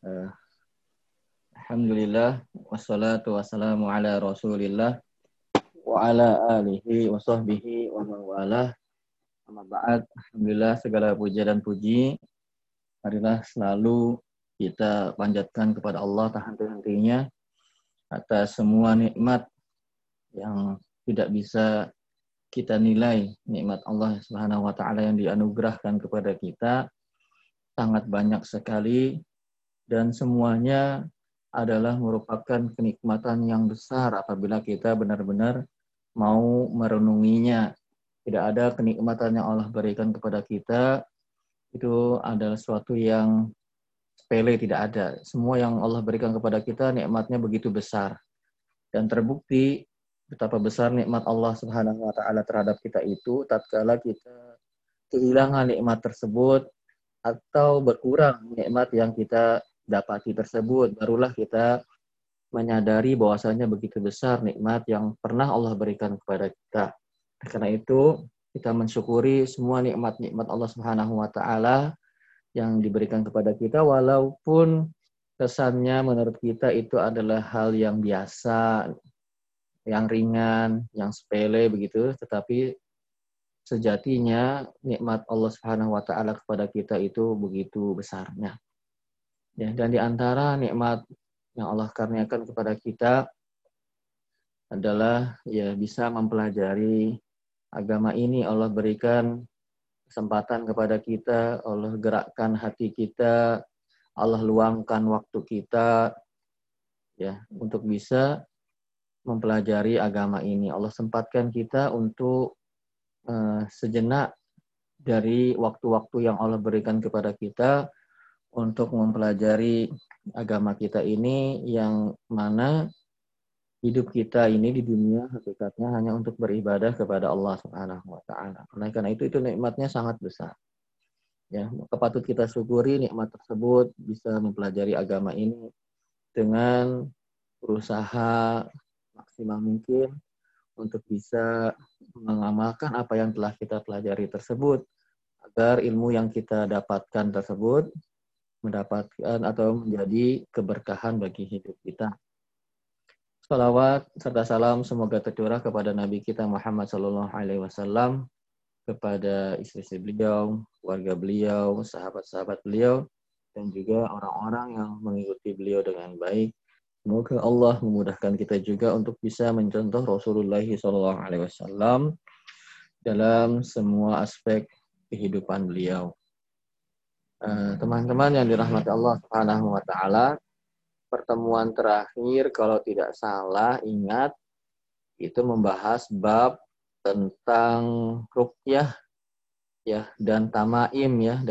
Eh, Alhamdulillah wassalatu wassalamu ala Rasulillah wa ala alihi wa sahbihi wa man walah. Amma ba'd. Alhamdulillah segala puja dan puji marilah selalu kita panjatkan kepada Allah tak henti-hentinya atas semua nikmat yang tidak bisa kita nilai. Nikmat Allah Subhanahu wa taala yang dianugerahkan kepada kita sangat banyak sekali dan semuanya adalah merupakan kenikmatan yang besar apabila kita benar-benar mau merenunginya. Tidak ada kenikmatan yang Allah berikan kepada kita itu adalah sesuatu yang sepele, tidak ada. Semua yang Allah berikan kepada kita nikmatnya begitu besar. Dan terbukti betapa besar nikmat Allah Subhanahu wa taala terhadap kita itu tatkala kita kehilangan nikmat tersebut atau berkurang nikmat yang kita dapati tersebut, barulah kita menyadari bahwasanya begitu besar nikmat yang pernah Allah berikan kepada kita. Karena itu, kita mensyukuri semua nikmat-nikmat Allah Subhanahu wa taala yang diberikan kepada kita walaupun kesannya menurut kita itu adalah hal yang biasa, yang ringan, yang sepele begitu, tetapi sejatinya nikmat Allah Subhanahu wa taala kepada kita itu begitu besarnya. Ya, dan di antara nikmat yang Allah karuniakan kepada kita adalah ya bisa mempelajari agama ini. Allah berikan kesempatan kepada kita, Allah gerakkan hati kita, Allah luangkan waktu kita ya untuk bisa mempelajari agama ini. Allah sempatkan kita untuk sejenak dari waktu-waktu yang Allah berikan kepada kita untuk mempelajari agama kita ini, yang mana hidup kita ini di dunia hakikatnya hanya untuk beribadah kepada Allah Subhanahu wa taala. Karena itu nikmatnya sangat besar. Ya, patut kita syukuri nikmat tersebut, bisa mempelajari agama ini dengan berusaha maksimal mungkin untuk bisa mengamalkan apa yang telah kita pelajari tersebut, agar ilmu yang kita dapatkan tersebut mendapatkan atau menjadi keberkahan bagi hidup kita. Salawat serta salam semoga tercurah kepada Nabi kita Muhammad Sallallahu Alaihi Wasallam, kepada istri-istri beliau, keluarga beliau, sahabat-sahabat beliau, dan juga orang-orang yang mengikuti beliau dengan baik. Semoga Allah memudahkan kita juga untuk bisa mencontoh Rasulullah Sallallahu Alaihi Wasallam dalam semua aspek kehidupan beliau. Teman-teman yang dirahmati Allah Subhanahu wa taala, pertemuan terakhir kalau tidak salah ingat itu membahas bab tentang ruqyah ya dan tamaim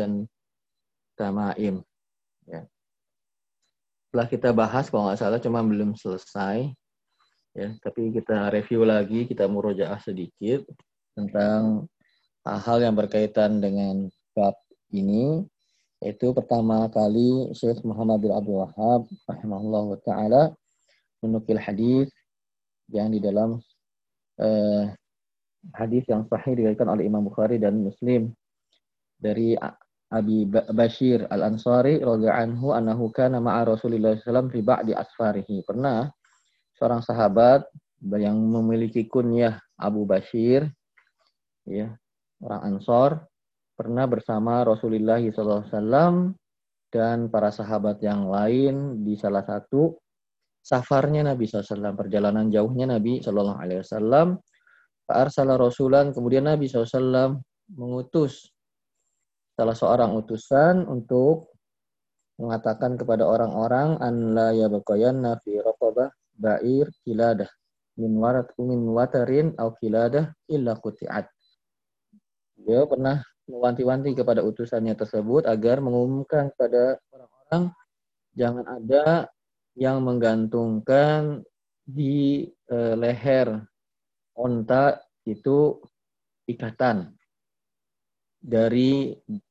ya. Setelah kita bahas kalau nggak salah cuma belum selesai ya, tapi kita review lagi, kita murojaah sedikit tentang hal-hal yang berkaitan dengan bab ini. Itu pertama kali Syekh Muhammad bin Abdul Wahhab rahimahullah ta'ala menukil hadis yang di dalam hadis yang sahih diriwayatkan oleh Imam Bukhari dan Muslim dari Abi Bashir Al-Ansari radhiyallahu anhu annahu kana ma'a Rasulillah sallallahu alaihi wasallam fi ba'di asfarihi. Pernah seorang sahabat yang memiliki kunyah Abu Bashir ya, orang Ansor, pernah bersama Rasulullah SAW dan para sahabat yang lain di salah satu safarnya Nabi SAW, perjalanan jauhnya Nabi SAW. Fa'arsala rasulan, kemudian Nabi SAW mengutus salah seorang utusan untuk mengatakan kepada orang-orang an la yabqayanna fi raqabah ba'ir kiladah min watarin au kiladah illa quti'at. Dia pernah mewanti-wanti kepada utusannya tersebut agar mengumumkan kepada orang-orang jangan ada yang menggantungkan di leher onta itu ikatan dari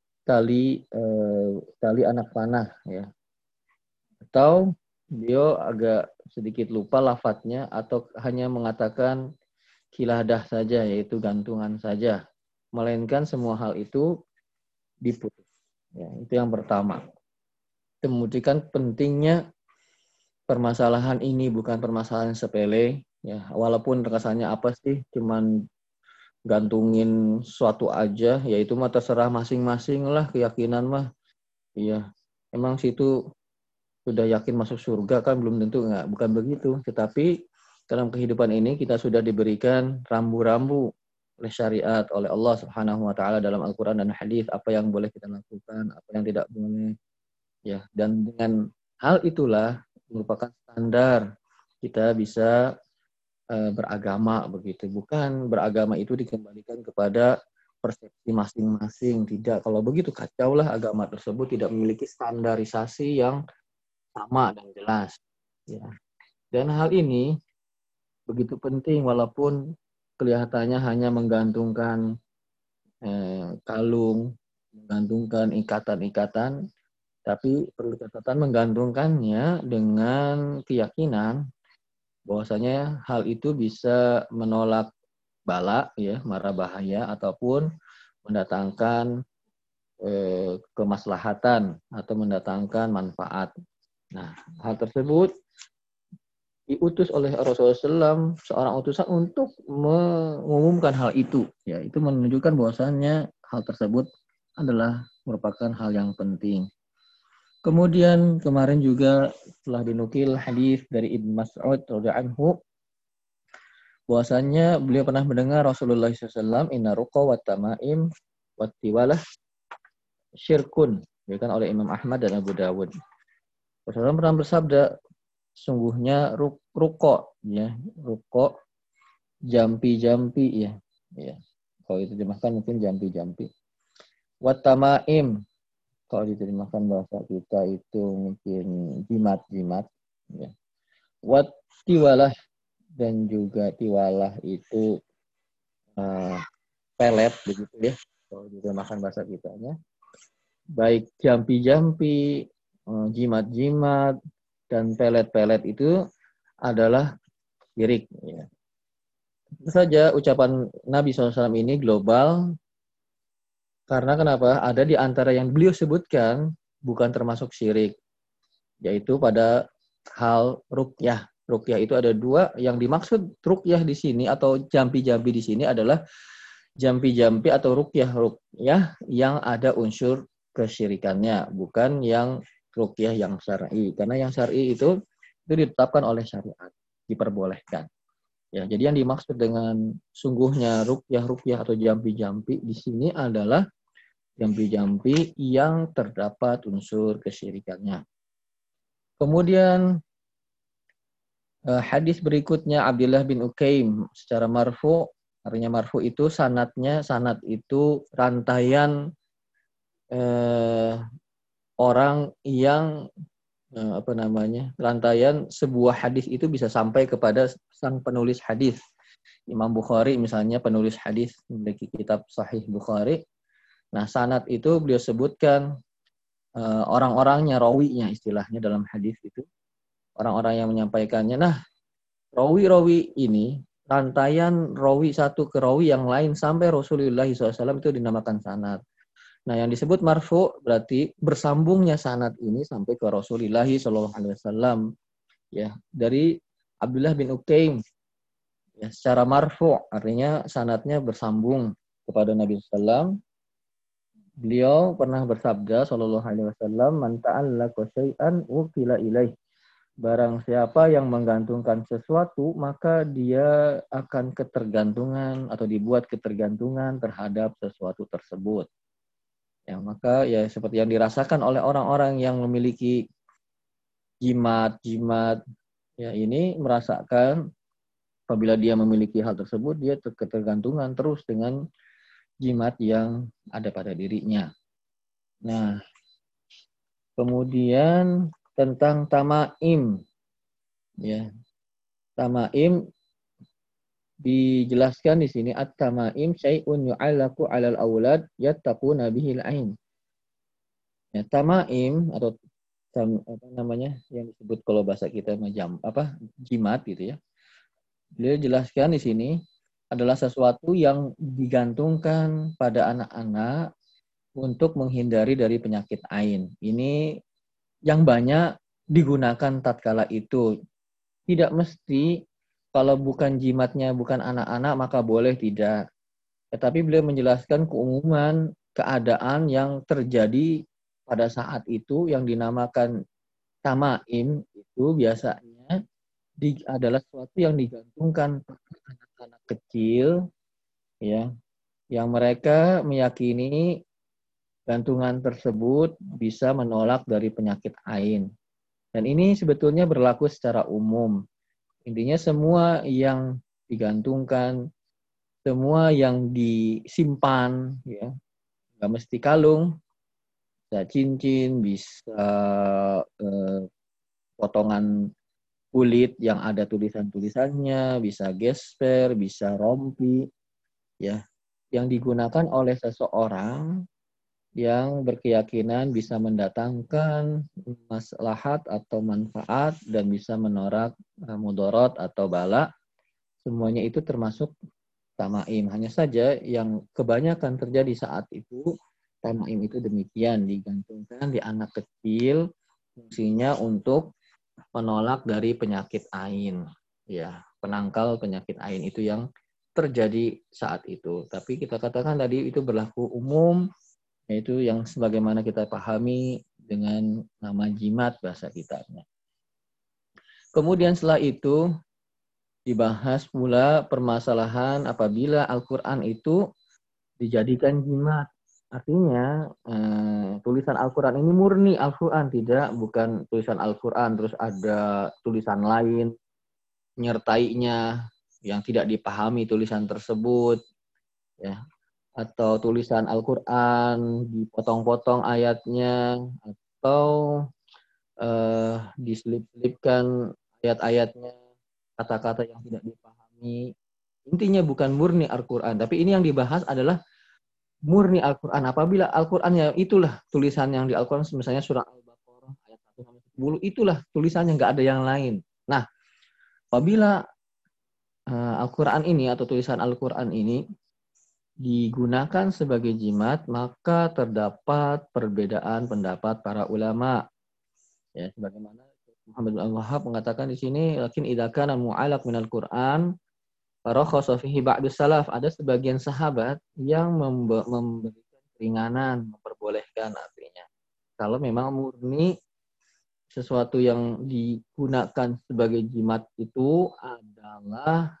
tali anak panah ya. Atau dia agak sedikit lupa lafadznya atau hanya mengatakan kiladah saja, yaitu gantungan saja. Melainkan semua hal itu diputus. Ya, itu yang pertama. kemudian pentingnya permasalahan ini bukan permasalahan sepele, ya. Walaupun rasanya apa sih, cuman gantungin suatu aja, yaitu mah terserah masing-masing lah keyakinan mah. Iya, emang situ sudah yakin masuk surga kan belum tentu, enggak, bukan begitu. Tetapi dalam kehidupan ini kita sudah diberikan rambu-rambu oleh syariat, oleh Allah Subhanahu wa taala dalam Al-Qur'an dan hadis, apa yang boleh kita lakukan, apa yang tidak boleh. Ya, dan dengan hal itulah merupakan standar kita bisa beragama begitu. Bukan beragama itu dikembalikan kepada persepsi masing-masing, tidak. Kalau begitu kacaulah agama tersebut tidak memiliki standarisasi yang sama dan jelas. Ya. Dan hal ini begitu penting walaupun kelihatannya hanya menggantungkan kalung, menggantungkan ikatan-ikatan, tapi perlu catatan menggantungkannya dengan keyakinan bahwasanya hal itu bisa menolak bala, ya, mara bahaya, ataupun mendatangkan kemaslahatan atau mendatangkan manfaat. Nah, hal tersebut diutus oleh Rasulullah SAW, seorang utusan untuk mengumumkan hal itu. Ya, itu menunjukkan bahwasannya hal tersebut adalah merupakan hal yang penting. Kemudian kemarin juga telah dinukil hadis dari Ibnu Mas'ud radhiyallahu anhu bahwasannya beliau pernah mendengar Rasulullah SAW, inna ruqa wa tamaim wa tiwalah syirkun, diriwayatkan oleh Imam Ahmad dan Abu Dawud. Rasulullah pernah bersabda, sungguhnya ruko, ya, ruko, jampi-jampi, ya, ya. Kalau diterjemahkan mungkin jampi-jampi. Watamaim, kalau diterjemahkan bahasa kita itu mungkin jimat-jimat, ya. Tiwalah, dan juga tiwalah itu pelet begitu ya, kalau diterjemahkan bahasa kitanya. Baik jampi-jampi, jimat-jimat, dan pelet-pelet itu adalah syirik. Ya. Tentu saja ucapan Nabi SAW ini global, karena kenapa? Ada di antara yang beliau sebutkan bukan termasuk syirik, yaitu pada hal ruqyah. Ruqyah itu ada dua, yang dimaksud ruqyah di sini atau jampi-jampi di sini adalah jampi-jampi atau ruqyah yang ada unsur kesyirikannya, bukan yang ruqyah yang syar'i. Karena yang syar'i itu ditetapkan oleh syariat, diperbolehkan. Ya, jadi yang dimaksud dengan sungguhnya ruqyah atau jampi-jampi di sini adalah jampi-jampi yang terdapat unsur kesyirikannya. Kemudian hadis berikutnya Abdullah bin Ukaim secara marfu, artinya marfu itu sanad itu rantaian orang yang rantaian sebuah hadis itu bisa sampai kepada sang penulis hadis. Imam Bukhari misalnya penulis hadis memiliki kitab Sahih Bukhari. Nah, sanad itu beliau sebutkan orang-orangnya, rawinya istilahnya dalam hadis itu. Orang-orang yang menyampaikannya. Nah, rawi-rawi ini, rantaian rawi satu ke rawi yang lain sampai Rasulullah SAW itu dinamakan sanad. Nah, yang disebut marfu berarti bersambungnya sanad ini sampai ke Rasulullah SAW. Ya, dari Abdullah bin Ukaim. Ya, secara marfu artinya sanadnya bersambung kepada Nabi SAW. Beliau pernah bersabda sallallahu alaihi wasallam, "Man ta'allaqa syai'an wukila ilaih." Barang siapa yang menggantungkan sesuatu, maka dia akan ketergantungan atau dibuat ketergantungan terhadap sesuatu tersebut. Ya, maka ya seperti yang dirasakan oleh orang-orang yang memiliki jimat ya, ini merasakan apabila dia memiliki hal tersebut, dia ketergantungan terus dengan jimat yang ada pada dirinya. Nah, kemudian tentang tamaim, ya, tamaim dijelaskan di sini, at-tamaim syai'un yu'allaqu 'alal aulad yattaquna bihil ain. Ya, tamaim atau yang disebut kalau bahasa kita jimat gitu ya. Beliau jelaskan di sini adalah sesuatu yang digantungkan pada anak-anak untuk menghindari dari penyakit ain. Ini yang banyak digunakan tatkala itu. Tidak mesti kalau bukan jimatnya bukan anak-anak maka boleh tidak. Tetapi beliau menjelaskan keumuman keadaan yang terjadi pada saat itu yang dinamakan tamaim itu biasanya adalah sesuatu yang digantungkan pada anak-anak kecil ya yang mereka meyakini gantungan tersebut bisa menolak dari penyakit ain. Dan ini sebetulnya berlaku secara umum. Intinya semua yang digantungkan, semua yang disimpan, ya, nggak mesti kalung, bisa cincin, bisa potongan kulit yang ada tulisan-tulisannya, bisa gesper, bisa rompi, ya, yang digunakan oleh seseorang yang berkeyakinan bisa mendatangkan maslahat atau manfaat dan bisa menolak mudarat atau bala. Semuanya itu termasuk tamaim. Hanya saja yang kebanyakan terjadi saat itu, tamaim itu demikian, digantungkan di anak kecil, fungsinya untuk menolak dari penyakit ain. Ya, penangkal penyakit ain itu yang terjadi saat itu. Tapi kita katakan tadi itu berlaku umum, yaitu yang sebagaimana kita pahami dengan nama jimat bahasa kitanya. Kemudian setelah itu dibahas pula permasalahan apabila Al-Quran itu dijadikan jimat. Artinya tulisan Al-Quran ini murni Al-Quran, tidak bukan tulisan Al-Quran terus ada tulisan lain menyertainya yang tidak dipahami tulisan tersebut, ya, atau tulisan Al-Quran dipotong-potong ayatnya atau diselip-selipkan ayat-ayatnya, kata-kata yang tidak dipahami. Intinya bukan murni Al-Quran, tapi ini yang dibahas adalah murni Al-Quran. Apabila Al-Qurannya itulah tulisan yang di Al-Quran, misalnya surah Al-Baqarah ayat 1-10, itulah tulisannya, nggak ada yang lain. Nah, apabila Al-Quran ini atau tulisan Al-Quran ini digunakan sebagai jimat, maka terdapat perbedaan pendapat para ulama. Ya, sebagaimana Muhammad bin Al-Wahhab mengatakan di sini, lakin idza kana mu'alaq minal Qur'an farakhasa fihi ba'du salaf. Ada sebagian sahabat yang memberikan keringanan, memperbolehkan artinya. Kalau memang murni sesuatu yang digunakan sebagai jimat itu adalah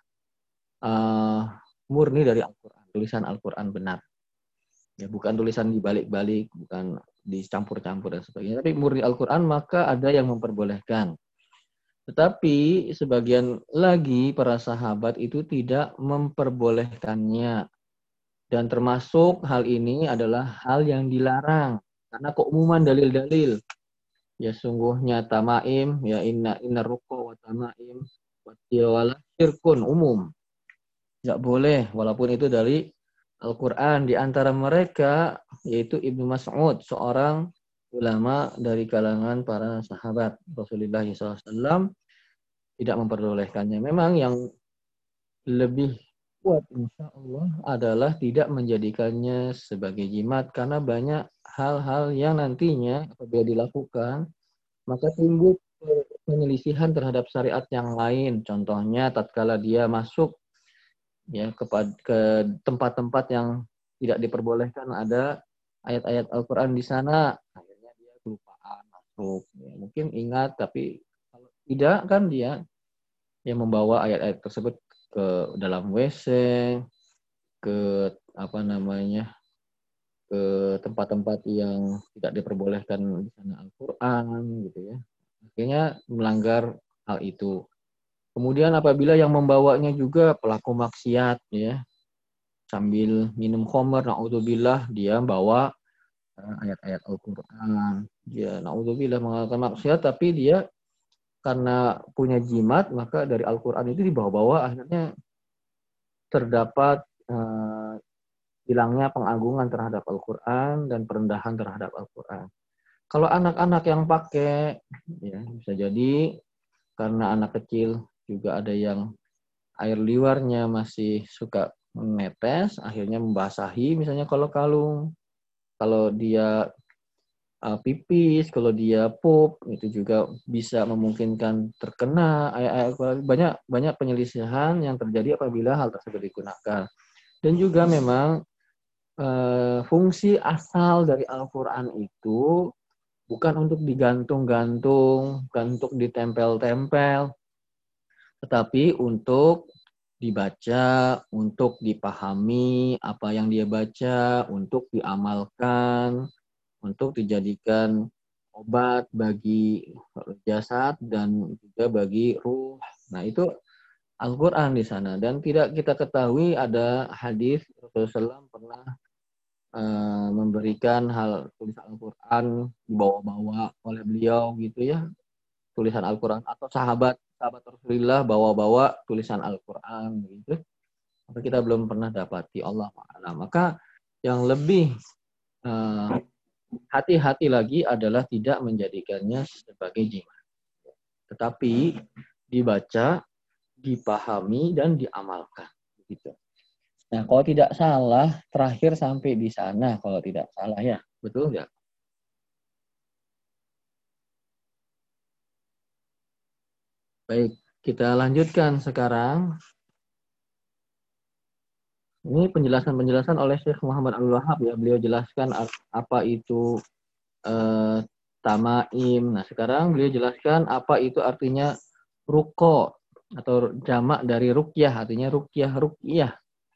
murni dari Al-Quran, tulisan Al-Quran benar. Ya, bukan tulisan dibalik-balik, bukan dicampur-campur dan sebagainya. Tapi murni Al-Quran maka ada yang memperbolehkan. Tetapi sebagian lagi para sahabat itu tidak memperbolehkannya. Dan termasuk hal ini adalah hal yang dilarang. Karena keumuman dalil-dalil. Ya sungguhnya tamaim, ya inna ruqa wa tamaim, wa tilawala syirkun umum. Nggak boleh, walaupun itu dari Al-Quran. Di antara mereka yaitu Ibnu Mas'ud, seorang ulama dari kalangan para sahabat Rasulullah SAW, tidak memperbolehkannya. Memang yang lebih kuat insya Allah adalah tidak menjadikannya sebagai jimat, karena banyak hal-hal yang nantinya apabila dilakukan maka timbul penyelisihan terhadap syariat yang lain. Contohnya tatkala dia masuk ya ke tempat-tempat yang tidak diperbolehkan, ada ayat-ayat Al-Quran di sana, akhirnya dia kelupaan masuk. Ya, mungkin ingat, tapi kalau tidak kan dia yang membawa ayat-ayat tersebut ke dalam WC, ke apa namanya, ke tempat-tempat yang tidak diperbolehkan di sana Al-Quran gitu ya. Akhirnya melanggar hal itu. Kemudian apabila yang membawanya juga pelaku maksiat ya, sambil minum khamr, naudzubillah, dia bawa ayat-ayat Al-Quran. Dia naudzubillah mengamalkan maksiat, tapi dia karena punya jimat, maka dari Al-Quran itu dibawa-bawa, akhirnya terdapat hilangnya pengagungan terhadap Al-Quran dan perendahan terhadap Al-Quran. Kalau anak-anak yang pakai, ya bisa jadi karena anak kecil juga ada yang air liwarnya masih suka menetes, akhirnya membasahi misalnya kalau kalung. Kalau dia pipis, kalau dia pup, itu juga bisa memungkinkan terkena ayat-ayat Al-Quran. Banyak penyelisihan yang terjadi apabila hal tersebut digunakan. Dan juga memang fungsi asal dari Al-Quran itu bukan untuk digantung-gantung, bukan untuk ditempel-tempel, tetapi untuk dibaca, untuk dipahami apa yang dia baca, untuk diamalkan, untuk dijadikan obat bagi jasad dan juga bagi ruh. Nah, itu Al-Quran di sana. Dan tidak kita ketahui ada hadis Rasulullah SAW pernah memberikan hal tulisan Al-Quran dibawa-bawa oleh beliau gitu ya, tulisan Al-Quran, atau sahabat Rasulullah bawa-bawa tulisan Al-Quran gitu. Maka kita belum pernah dapati, Allah Ta'ala. Maka yang lebih hati-hati lagi adalah tidak menjadikannya sebagai jimat, tetapi dibaca, dipahami, dan diamalkan. Begitu. Nah, kalau tidak salah, terakhir sampai di sana, kalau tidak salah ya. Betul nggak? Baik, kita lanjutkan sekarang. Ini penjelasan-penjelasan oleh Syekh Muhammad Abdul-Wahhab ya. Beliau jelaskan apa itu tamaim. Nah, sekarang beliau jelaskan apa itu artinya ruko atau jamak dari rukyah, artinya rukyah.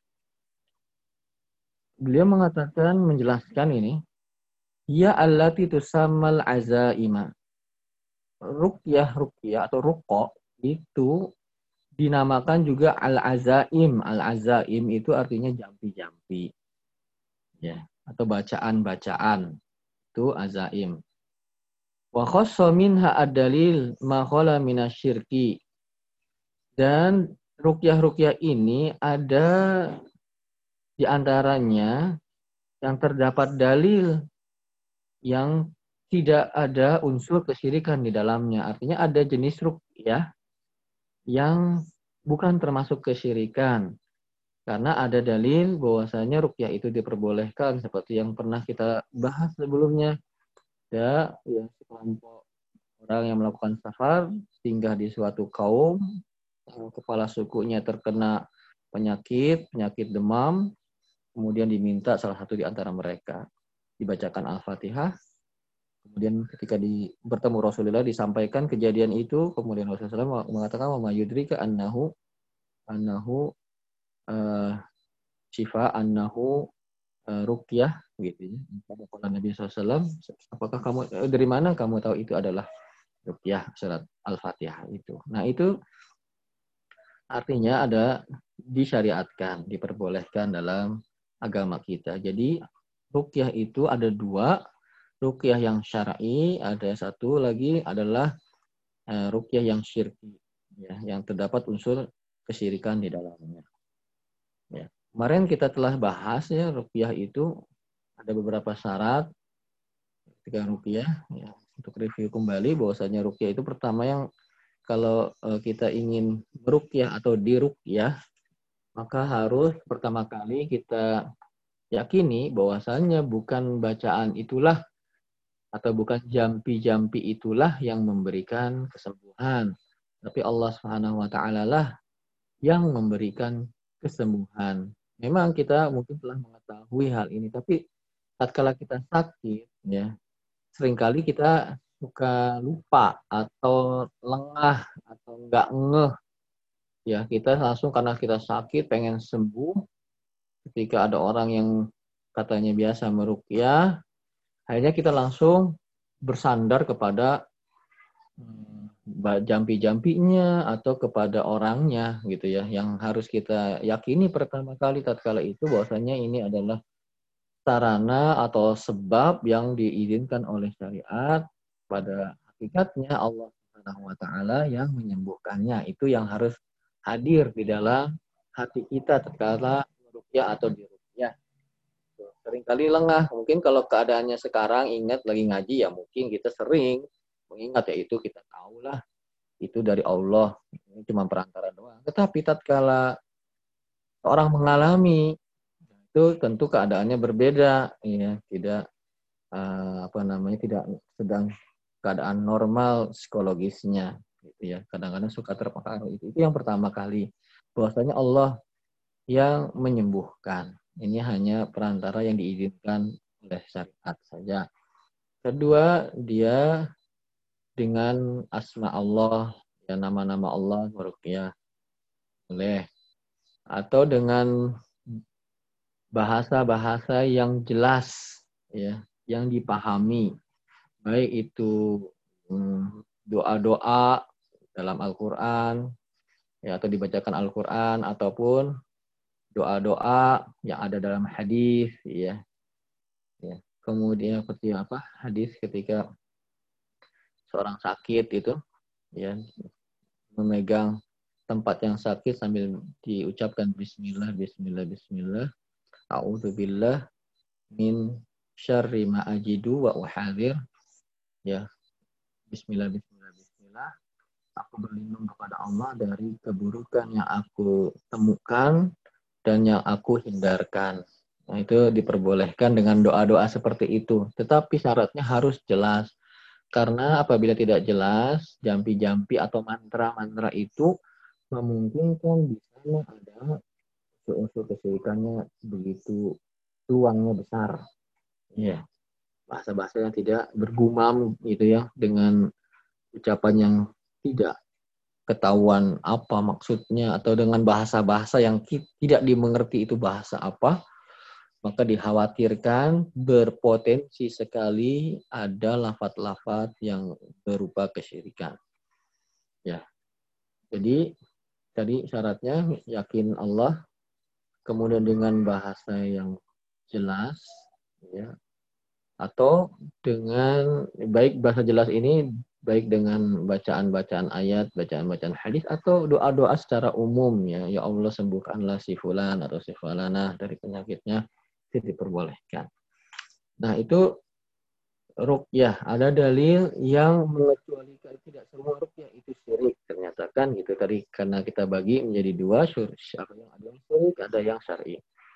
Beliau mengatakan, menjelaskan ini, ya allati tusammal azaima. Rukyah atau ruko itu dinamakan juga al-azaim. Al-azaim itu artinya jampi-jampi. Ya, atau bacaan-bacaan. Itu azaim. Wa khassa minha ad-dalil ma khala minasyirki. Dan rukyah-rukyah ini ada di antaranya yang terdapat dalil yang tidak ada unsur kesyirikan di dalamnya. Artinya ada jenis rukyah yang bukan termasuk kesyirikan. Karena ada dalil bahwasanya rukyah itu diperbolehkan seperti yang pernah kita bahas sebelumnya. Ya, sekelompok orang yang melakukan safar singgah di suatu kaum, kepala sukunya terkena penyakit demam, kemudian diminta salah satu di antara mereka dibacakan Al-Fatihah. Kemudian ketika bertemu Rasulullah disampaikan kejadian itu, kemudian Rasulullah SAW mengatakan wa yudrika annahu syifa annahu ruqyah gitu ya. Kata Nabi SAW, apakah kamu dari mana kamu tahu itu adalah ruqyah surat Al-Fatihah itu. Nah, itu artinya ada disyariatkan, diperbolehkan dalam agama kita. Jadi ruqyah itu ada dua, ruqyah yang syar'i, ada satu lagi adalah ruqyah yang syirki, ya, yang terdapat unsur kesyirikan di dalamnya. Ya. Kemarin kita telah bahas ya, ruqyah itu ada beberapa syarat ketika ruqyah. Ya. Untuk review kembali bahwasanya ruqyah itu pertama yang kalau kita ingin meruqyah atau diruqyah, maka harus pertama kali kita yakini bahwasanya bukan bacaan itulah atau bukan jampi-jampi itulah yang memberikan kesembuhan, tapi Allah Subhanahu wa taala lah yang memberikan kesembuhan. Memang kita mungkin telah mengetahui hal ini, tapi tatkala kita sakit ya, seringkali kita suka lupa atau lengah atau enggak ngeh ya, kita langsung karena kita sakit pengen sembuh, ketika ada orang yang katanya biasa meruqyah, akhirnya kita langsung bersandar kepada jampi-jampinya atau kepada orangnya gitu ya, yang harus kita yakini pertama kali tatkala itu bahwasanya ini adalah sarana atau sebab yang diizinkan oleh syariat. Pada hakikatnya Allah Subhanahu wa taala yang menyembuhkannya. Itu yang harus hadir di dalam hati kita tatkala meruqyah atau diruqyah. Seringkali lengah. Mungkin kalau keadaannya sekarang ingat lagi ngaji ya mungkin kita sering mengingat, ya itu kita tahulah itu dari Allah. Ini cuma perantara doang. Tetapi tatkala orang mengalami itu tentu keadaannya berbeda, ya, tidak tidak sedang keadaan normal psikologisnya gitu ya. Kadang-kadang suka terpengaruh. Itu yang pertama kali, bahwasanya Allah yang menyembuhkan. Ini hanya perantara yang diizinkan oleh syariat saja. Kedua, dia dengan asma Allah, ya nama-nama Allah meruqyah boleh, atau dengan bahasa-bahasa yang jelas, ya, yang dipahami, baik itu doa-doa dalam Al-Quran, ya, atau dibacakan Al-Quran, ataupun doa-doa yang ada dalam hadis, ya. Ya. Kemudian seperti apa? Hadis ketika seorang sakit itu, ya, memegang tempat yang sakit sambil diucapkan Bismillah, Bismillah, Bismillah, A'udzubillah min syarri ma ajidu wa uhadir, ya, Bismillah, Bismillah, Bismillah. Aku berlindung kepada Allah dari keburukan yang aku temukan dan yang aku hindarkan. Nah, itu diperbolehkan dengan doa-doa seperti itu. Tetapi syaratnya harus jelas. Karena apabila tidak jelas, jampi-jampi atau mantra-mantra itu memungkinkan di sana ada unsur kesyirikannya begitu peluangnya besar. Ya, bahasa-bahasa yang tidak bergumam gitu ya, dengan ucapan yang tidak ketahuan apa maksudnya, atau dengan bahasa-bahasa yang tidak dimengerti itu bahasa apa, maka dikhawatirkan berpotensi sekali ada lafaz-lafaz yang berupa kesyirikan. Ya, jadi tadi syaratnya yakin Allah, kemudian dengan bahasa yang jelas, ya, atau dengan baik bahasa jelas ini baik dengan bacaan-bacaan ayat, bacaan-bacaan hadis, atau doa-doa secara umum, ya, ya Allah sembuhkanlah si fulan atau si fulanah dari penyakitnya, itu diperbolehkan. Nah, itu ruqyah. Ada dalil yang mengecualikan tidak semua ruqyah itu syirik. Ternyata kan gitu tadi, karena kita bagi menjadi dua, syar'i, ada yang syirik, ada yang syar'i.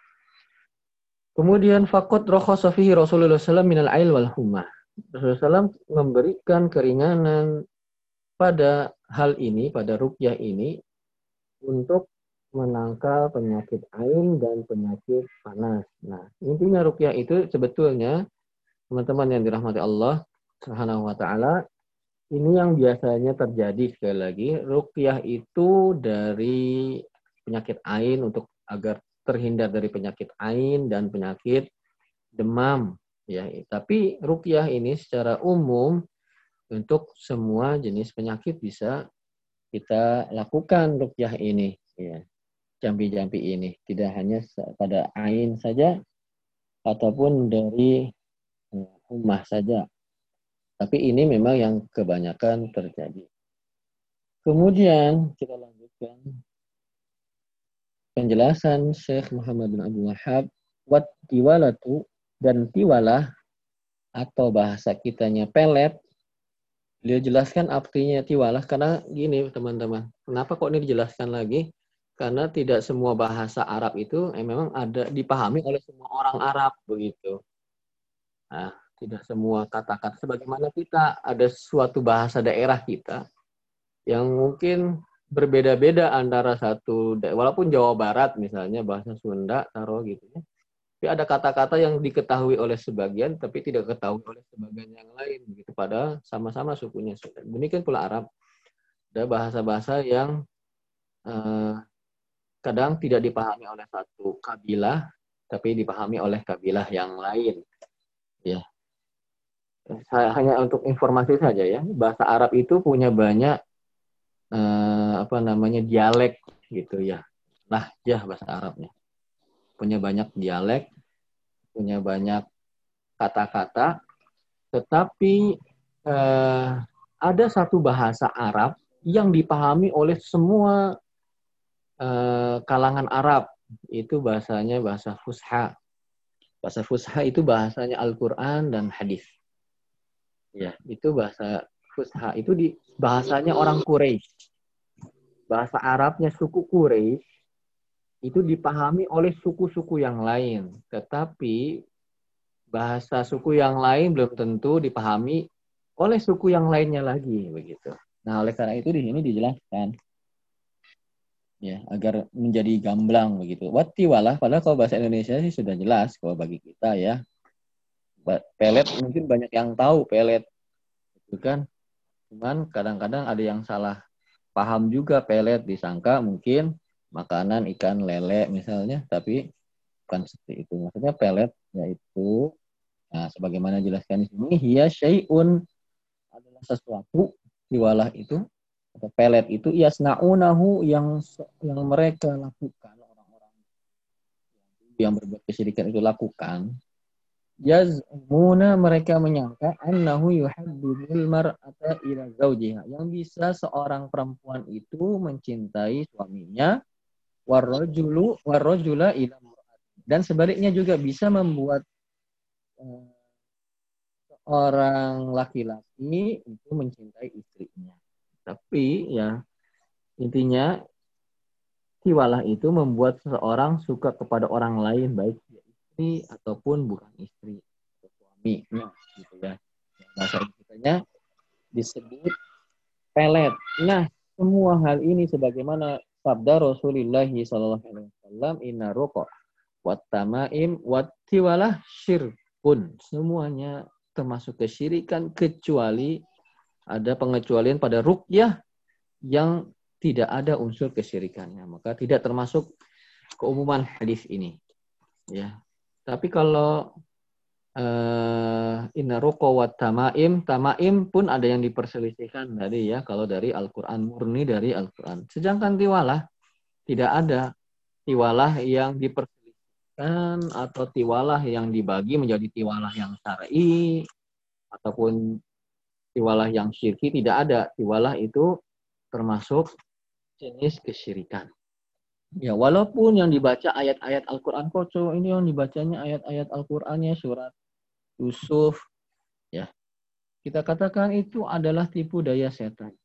Kemudian faqad rakhasa fihi Rasulullah SAW minal ail wal humah. Rasulullah SAW memberikan keringanan pada hal ini, pada ruqyah ini, untuk menangkal penyakit ain dan penyakit panas. Nah, intinya ruqyah itu sebetulnya, teman-teman yang dirahmati Allah Subhanahu wa taala, ini yang biasanya terjadi, sekali lagi, ruqyah itu dari penyakit ain untuk agar terhindar dari penyakit ain dan penyakit demam, ya. Tapi ruqyah ini secara umum untuk semua jenis penyakit bisa kita lakukan ruqyah ini, ya. Jampi-jampi ini tidak hanya pada ain saja ataupun dari humah saja. Tapi ini memang yang kebanyakan terjadi. Kemudian kita lanjutkan penjelasan Syekh Muhammad bin Abdul Wahhab, wat tiwalatu, dan tiwalah atau bahasa kitanya pelet. Beliau jelaskan artinya tiwalah karena gini teman-teman. Kenapa kok ini dijelaskan lagi? Karena tidak semua bahasa Arab itu memang ada dipahami oleh semua orang Arab begitu. Nah, tidak semua kata-kata, sebagaimana kita ada suatu bahasa daerah kita yang mungkin berbeda-beda antara satu, walaupun Jawa Barat misalnya bahasa Sunda taruh gitu ya, tapi ada kata-kata yang diketahui oleh sebagian tapi tidak ketahui oleh sebagian yang lain begitu, padahal sama-sama sukunya Sunda. Demikian pula Arab, ada bahasa-bahasa yang kadang tidak dipahami oleh satu kabilah tapi dipahami oleh kabilah yang lain, ya. Hanya untuk informasi saja ya, bahasa Arab itu punya banyak dialek gitu ya. Lahjah bahasa Arabnya. Punya banyak dialek, punya banyak kata-kata, tetapi ada satu bahasa Arab yang dipahami oleh semua kalangan Arab. Itu bahasanya bahasa Fusha. Bahasa Fusha itu bahasanya Al-Quran dan hadis. Ya, itu bahasa Fusha itu bahasanya orang Quraisy. Bahasa Arabnya suku Quraisy itu dipahami oleh suku-suku yang lain. Tetapi bahasa suku yang lain belum tentu dipahami oleh suku yang lainnya lagi begitu. Nah, oleh karena itu di sini dijelaskan ya agar menjadi gamblang begitu. Wattiwalah padahal kalau bahasa Indonesia sih sudah jelas kalau bagi kita ya. Pelet mungkin banyak yang tahu pelet itu kan. Cuman kadang-kadang ada yang salah paham juga pelet disangka mungkin makanan ikan lele misalnya, tapi bukan seperti itu. Maksudnya pelet yaitu nah sebagaimana jelaskan di sini hiya syai'un adalah sesuatu diwalah itu atau pelet itu yasnaunahu yang mereka lakukan orang-orang yang berbuat kesyirikan itu lakukan yazmuna mereka menyangka annahu yuhibbul mar'ata ila zawjiha yang bisa seorang perempuan itu mencintai suaminya warrajula ila dan sebaliknya juga bisa membuat orang laki-laki itu mencintai istrinya. Tapi ya intinya tiwalah itu membuat seseorang suka kepada orang lain baik dia istri ataupun bukan istri atau suami. Nah, gitu ya. Bahasa kitanya disebut pelet. Nah, semua hal ini sebagaimana sabda Rasulullah sallallahu alaihi wasallam inna ruqa wat tamaim wat tiwalah syirkun. Semuanya termasuk kesyirikan kecuali ada pengecualian pada ruqyah yang tidak ada unsur kesyirikannya, maka tidak termasuk keumuman hadis ini. Ya, tapi kalau inna ruqa wa tamaim, tamaim pun ada yang diperselisihkan tadi ya, kalau dari Al-Quran murni dari Al-Quran. Sedangkan tiwalah tidak ada tiwalah yang diperselisihkan atau tiwalah yang dibagi menjadi tiwalah yang syar'i ataupun tiwalah yang syirki, tidak ada. Tiwalah itu termasuk jenis kesyirikan. Ya, walaupun yang dibaca ayat-ayat Al-Quran koco, ini yang dibacanya ayat-ayat Al-Qurannya surat Yusuf, ya kita katakan itu adalah tipu daya setan.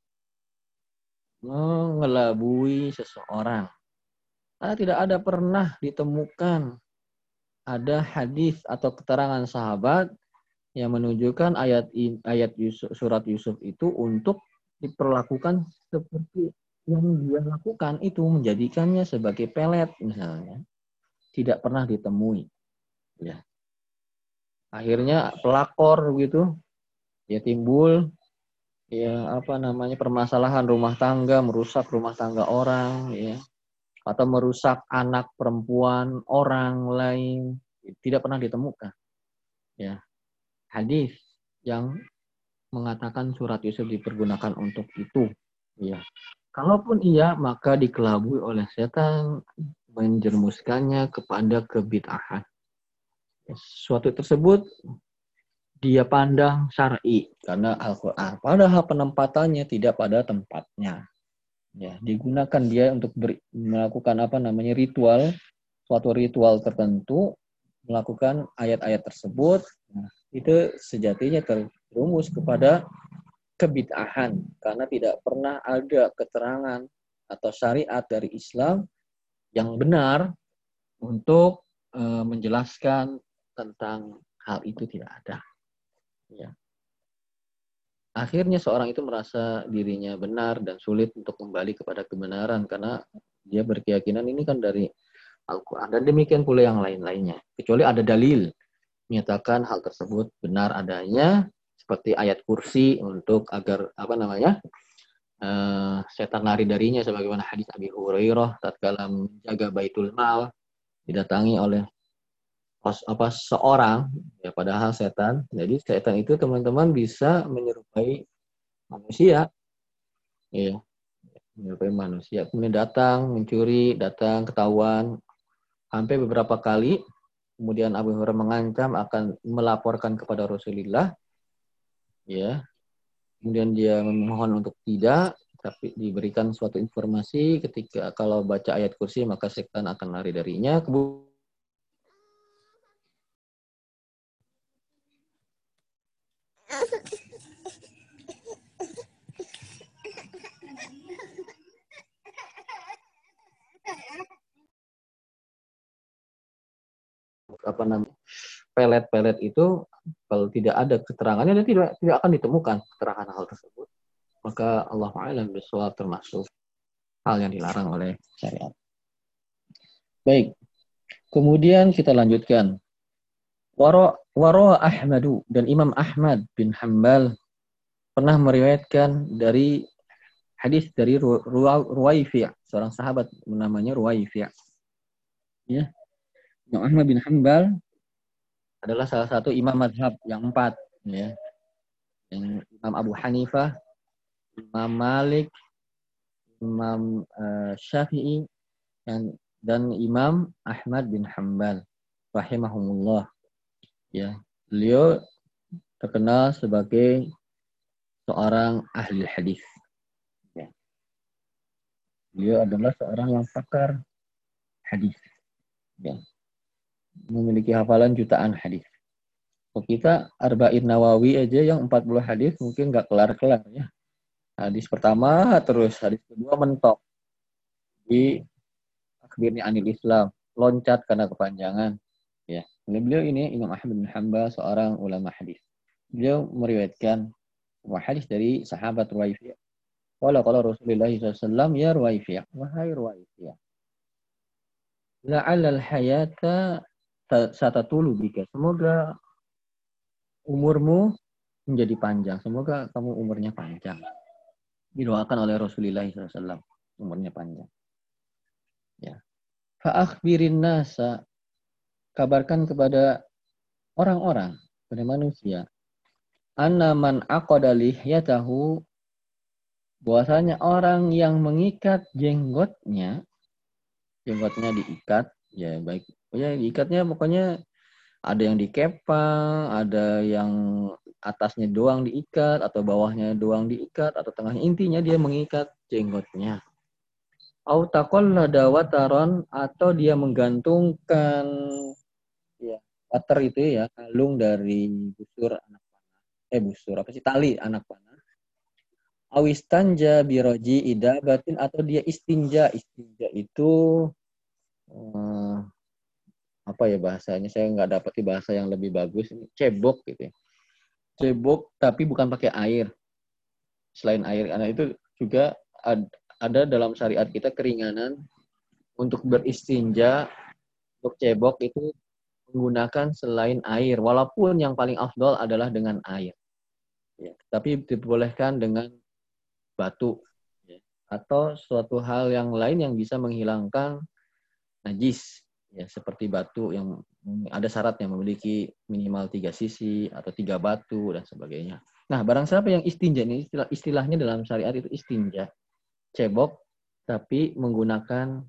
Mengelabui seseorang. Karena tidak ada pernah ditemukan ada hadis atau keterangan sahabat yang menunjukkan ayat Yusuf, surat Yusuf itu untuk diperlakukan seperti yang dia lakukan itu menjadikannya sebagai pelet misalnya tidak pernah ditemui ya akhirnya pelakor gitu ya timbul ya apa namanya permasalahan rumah tangga merusak rumah tangga orang ya atau merusak anak perempuan orang lain tidak pernah ditemukan ya hadis yang mengatakan surat Yusuf dipergunakan untuk itu ya. Kalaupun iya, maka dikelabui oleh setan menjermuskannya kepada kebid'ahan. Suatu tersebut dia pandang syar'i karena Al-Qur'an. Padahal penempatannya tidak pada tempatnya. Ya, digunakan dia untuk melakukan apa namanya ritual, suatu ritual tertentu, melakukan ayat-ayat tersebut. Nah, itu sejatinya terrumus kepada kebid'ahan karena tidak pernah ada keterangan atau syariat dari Islam yang benar untuk menjelaskan tentang hal itu tidak ada. Ya. Akhirnya seorang itu merasa dirinya benar dan sulit untuk kembali kepada kebenaran karena dia berkeyakinan ini kan dari Al-Quran dan demikian pula yang lain-lainnya. Kecuali ada dalil menyatakan hal tersebut benar adanya seperti ayat kursi untuk agar apa namanya setan lari darinya sebagaimana hadis Abi Hurairah tatkala menjaga Baitul Mal didatangi oleh seorang ya padahal setan. Jadi setan itu teman-teman bisa menyerupai manusia ya menyerupai manusia kemudian datang mencuri datang ketahuan sampai beberapa kali kemudian Abu Hurairah mengancam akan melaporkan kepada Rasulullah ya kemudian dia memohon untuk tidak tapi diberikan suatu informasi ketika kalau baca ayat kursi maka setan akan lari darinya. Apa namanya pelet-pelet itu kalau tidak ada keterangannya dan tidak akan ditemukan keterangan hal tersebut, maka Allah a'lam bishawab termasuk hal yang dilarang oleh syariat. Baik, kemudian kita lanjutkan. Waro Ahmadu, dan Imam Ahmad bin Hanbal pernah meriwayatkan dari hadis dari Ruwaifi', seorang sahabat namanya Ruwaifi'. Ya. Imam Ahmad bin Hanbal adalah salah satu imam mazhab yang 4, ya. Yang Imam Abu Hanifah, Imam Malik, Imam Syafi'i, dan Imam Ahmad bin Hanbal rahimahumullah. Ya, beliau terkenal sebagai seorang ahli hadis. Ya. Beliau adalah seorang yang pakar hadis. Ya. Memiliki hafalan jutaan hadis. Kalau kita Arba'in Nawawi aja yang 40 hadis mungkin nggak kelar-kelar ya. Hadis pertama terus, hadis kedua mentok. Di akhirnya anil Islam, loncat karena kepanjangan. Ya. Beliau ini Imam Ahmad bin Hanbal, seorang ulama hadis. Beliau meriwayatkan hadis dari sahabat Ruwaifi'. Qala Rasulullah SAW, ya Ruwaifi', wahai Ruwaifi', la'allal hayata satatulu bika. Semoga umurmu menjadi panjang. Semoga kamu umurnya panjang. Didoakan oleh Rasulullah SAW, umurnya panjang. Ya. Fa'akhbirin nasa, kabarkan kepada orang-orang, kepada manusia, anna man aqada lihyatahu, bahwasanya orang yang mengikat jenggotnya diikat, ya baik, ya diikatnya pokoknya ada yang dikepang, ada yang atasnya doang diikat, atau bawahnya doang diikat, atau tengahnya, intinya dia mengikat jenggotnya. Au taqallada wataron, atau dia menggantungkan ya water itu ya, kalung dari busur anak panah. Busur apa sih? Tali anak panah. Awistanja biroji idabatin, atau dia istinja. Istinja itu apa ya bahasanya? Saya nggak dapat bahasa yang lebih bagus. Cebok gitu ya. Cebok tapi bukan pakai air. Selain air, karena itu juga ada dalam syariat kita keringanan untuk beristinja, untuk cebok itu menggunakan selain air, walaupun yang paling afdol adalah dengan air. Ya, tapi dibolehkan dengan batu ya, atau suatu hal yang lain yang bisa menghilangkan najis, ya, seperti batu yang ada syarat yang memiliki minimal 3 sisi atau 3 batu dan sebagainya. Nah, barang siapa yang istinja, ini istilahnya dalam syariat itu istinja, cebok tapi menggunakan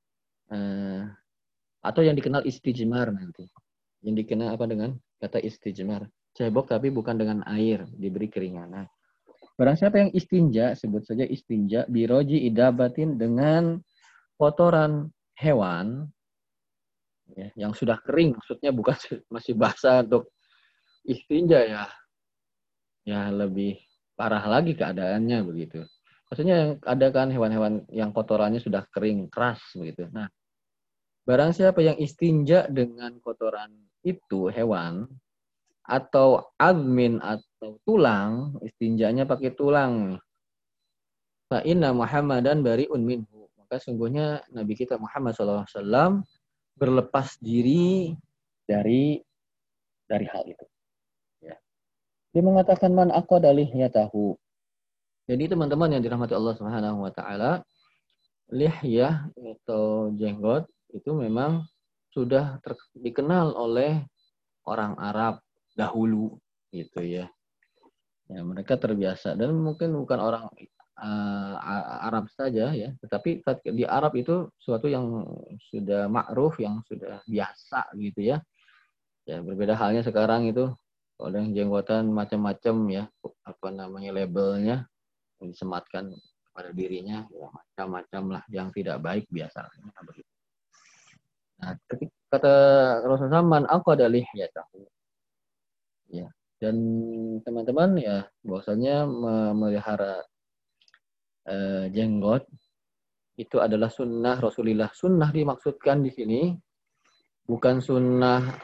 atau yang dikenal istijmar nanti. Yang dikenal apa dengan kata istijmar? Cebok tapi bukan dengan air, diberi keringanan. Barang siapa yang istinja, sebut saja istinja, biroji idabatin, dengan kotoran hewan ya, yang sudah kering, maksudnya bukan masih basah untuk istinja ya. Ya lebih parah lagi keadaannya begitu. Maksudnya ada kan hewan-hewan yang kotorannya sudah kering, keras begitu. Nah, barang siapa yang istinja dengan kotoran itu hewan, atau admin atau tulang, istinjanya pakai tulang, fa inna Muhammadan bari'un minhu, maka sungguhnya Nabi kita Muhammad SAW berlepas diri dari hal itu. Ya. Dia mengatakan man aqada lihyatahu. Jadi teman-teman yang dirahmati Allah Subhanahu wa taala, lihyah atau jenggot itu memang sudah dikenal oleh orang Arab dahulu gitu ya. Ya, mereka terbiasa, dan mungkin bukan orang Arab saja ya, tetapi di Arab itu suatu yang sudah ma'ruf, yang sudah biasa gitu ya. Ya, berbeda halnya sekarang itu kalau yang jenggotan macam-macam ya, apa namanya, labelnya yang disematkan pada dirinya ya, macam-macam lah yang tidak baik biasanya begitu. Nah, kata Rasulullah, man aqada lihyatahu. Ya. Dan teman-teman ya, bahwasanya memelihara jenggot itu adalah sunnah Rasulullah. Sunnah dimaksudkan di sini bukan sunnah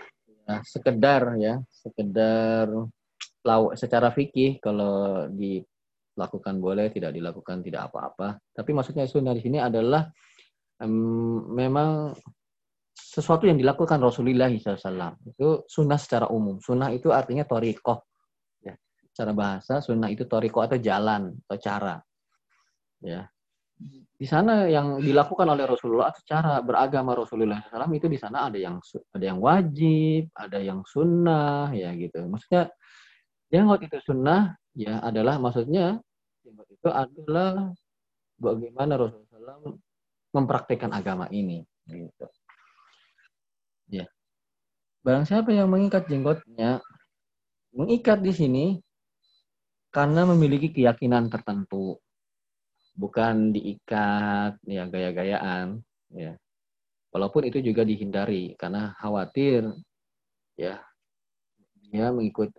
sekedar secara fikih kalau dilakukan boleh, tidak dilakukan tidak apa-apa. Tapi maksudnya sunnah di sini adalah memang sesuatu yang dilakukan Rasulullah SAW. Itu sunnah secara umum. Sunnah itu artinya thariqah. Ya. Secara bahasa sunnah itu thariqah atau jalan atau cara. Ya. Di sana yang dilakukan oleh Rasulullah atau cara beragama Rasulullah SAW itu di sana ada yang wajib, ada yang sunnah, ya gitu. Maksudnya jenggot itu sunnah, ya adalah maksudnya jenggot itu adalah bagaimana Rasulullah SAW mempraktikkan agama ini. Gitu. Ya. Barang siapa yang mengikat jenggotnya, mengikat di sini karena memiliki keyakinan tertentu. Bukan diikat ya gaya-gayaan, ya. Walaupun itu juga dihindari karena khawatir ya dia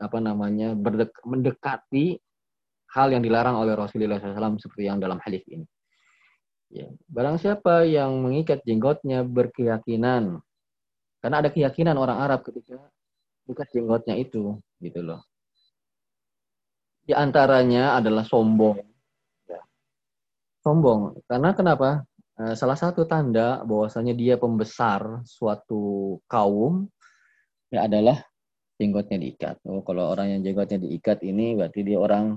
mendekati hal yang dilarang oleh Rasulullah SAW seperti yang dalam hadis ini. Ya. Barang siapa yang mengikat jenggotnya berkeyakinan, karena ada keyakinan orang Arab ketika ikat jenggotnya itu, gitu loh. Di antaranya adalah sombong. Ya. Sombong. Karena kenapa? Salah satu tanda bahwasanya dia pembesar suatu kaum ya adalah jenggotnya diikat. Oh, kalau orang yang jenggotnya diikat ini berarti dia orang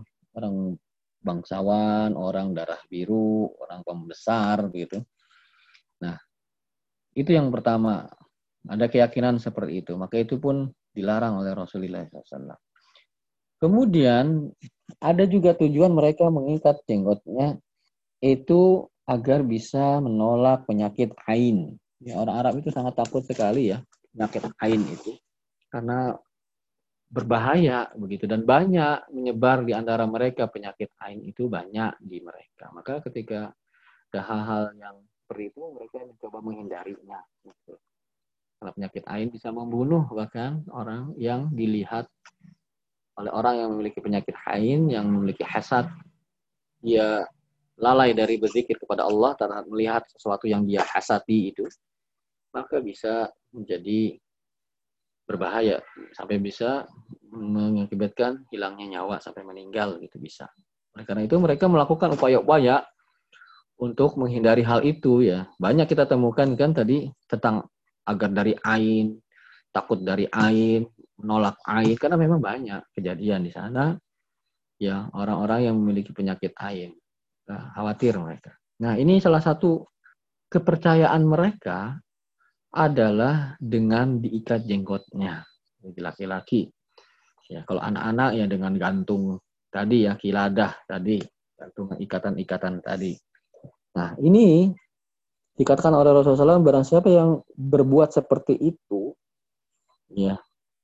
bangsawan, orang darah biru, orang pembesar gitu. Nah, itu yang pertama. Ada keyakinan seperti itu. Maka itu pun dilarang oleh Rasulullah SAW. Kemudian ada juga tujuan mereka mengikat jenggotnya itu agar bisa menolak penyakit ain. Ya, orang Arab itu sangat takut sekali ya penyakit ain itu karena berbahaya begitu dan banyak menyebar di antara mereka penyakit ain itu banyak di mereka. Maka ketika ada hal-hal yang seperti itu mereka mencoba menghindarinya. Gitu. Karena penyakit ain bisa membunuh bahkan orang yang dilihat oleh orang yang memiliki penyakit ain, yang memiliki hasad, dia lalai dari berzikir kepada Allah karena melihat sesuatu yang dia hasadi itu, maka bisa menjadi berbahaya sampai bisa mengakibatkan hilangnya nyawa sampai meninggal gitu bisa. Oleh karena itu mereka melakukan upaya-upaya untuk menghindari hal itu ya. Banyak kita temukan kan tadi tentang agar dari ain, takut dari ain, menolak ain karena memang banyak kejadian di sana ya orang-orang yang memiliki penyakit ain. Nah, khawatir mereka. Nah, ini salah satu kepercayaan mereka adalah dengan diikat jenggotnya bagi laki-laki. Ya, kalau anak-anak ya dengan gantung tadi ya kiladah tadi, gantung ikatan-ikatan tadi. Nah, ini dikatakan oleh Rasulullah SAW, barang siapa yang berbuat seperti itu, ya,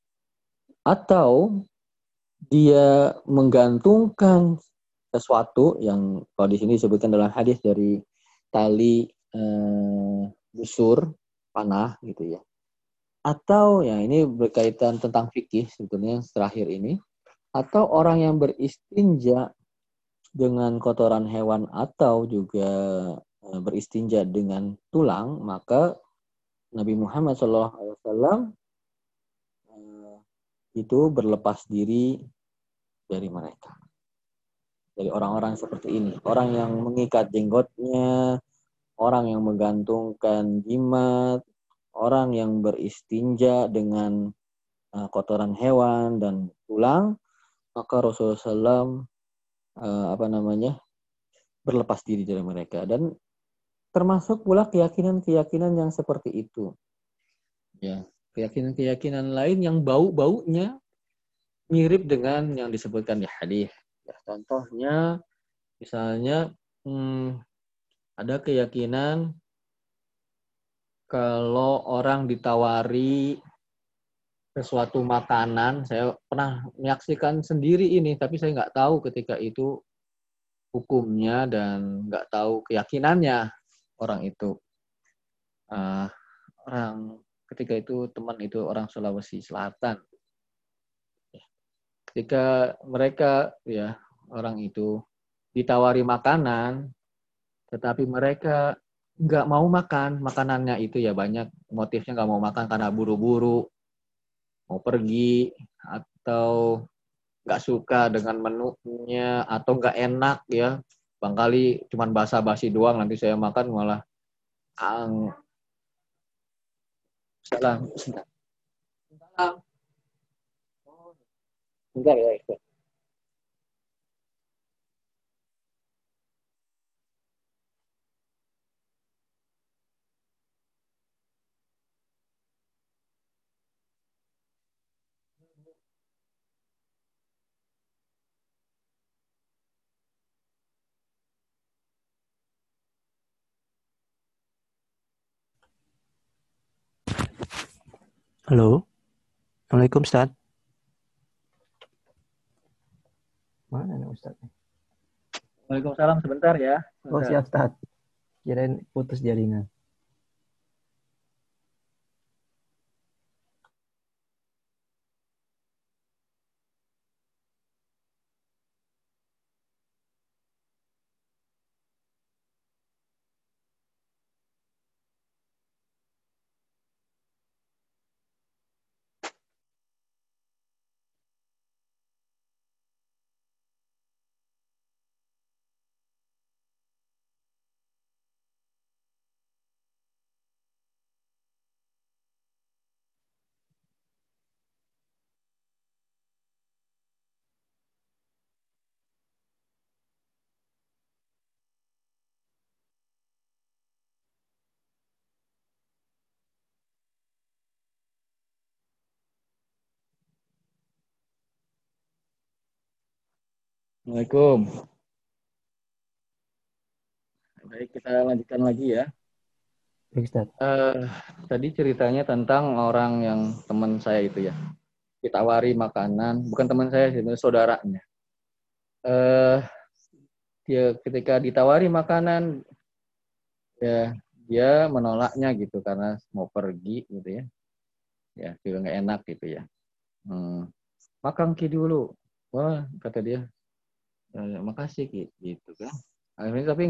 atau dia menggantungkan sesuatu yang kalau di sini disebutkan dalam hadis dari tali busur panah gitu ya, atau ya ini berkaitan tentang fikih sebetulnya yang terakhir ini, atau orang yang beristinja dengan kotoran hewan atau juga beristinja dengan tulang, maka Nabi Muhammad SAW itu berlepas diri dari mereka. Dari orang-orang seperti ini. Orang yang mengikat jenggotnya, orang yang menggantungkan jimat, orang yang beristinja dengan kotoran hewan dan tulang, maka Rasulullah SAW berlepas diri dari mereka. Dan termasuk pula keyakinan-keyakinan yang seperti itu. Ya, keyakinan-keyakinan lain yang bau-baunya mirip dengan yang disebutkan di hadis. Ya, contohnya, misalnya ada keyakinan kalau orang ditawari sesuatu makanan, saya pernah menyaksikan sendiri ini, tapi saya nggak tahu ketika itu hukumnya dan nggak tahu keyakinannya orang itu. Orang ketika itu teman itu orang Sulawesi Selatan. Ketika mereka ya orang itu ditawari makanan, tetapi mereka nggak mau makan makanannya itu ya banyak motifnya nggak mau makan karena buru-buru mau pergi atau nggak suka dengan menunya atau nggak enak ya, barangkali cuman basa-basi doang, nanti saya makan malah salah. Bentar ya. Halo, Assalamualaikum Ustaz. Mana nih Ustaz? Waalaikumsalam, sebentar ya. Oh Sebentar. siap Ustaz. Kirain putus jaringan. Assalamualaikum. Baik, kita lanjutkan lagi ya. Baik Ustaz. Tadi ceritanya tentang orang yang teman saya itu ya, ditawari makanan, bukan teman saya sih, itu saudaranya. Eh, Dia ketika ditawari makanan, ya dia menolaknya gitu karena mau pergi gitu ya juga nggak enak gitu ya. Makan Ki dulu, wah kata dia, makasih Ki gitu kan. Akhirnya tapi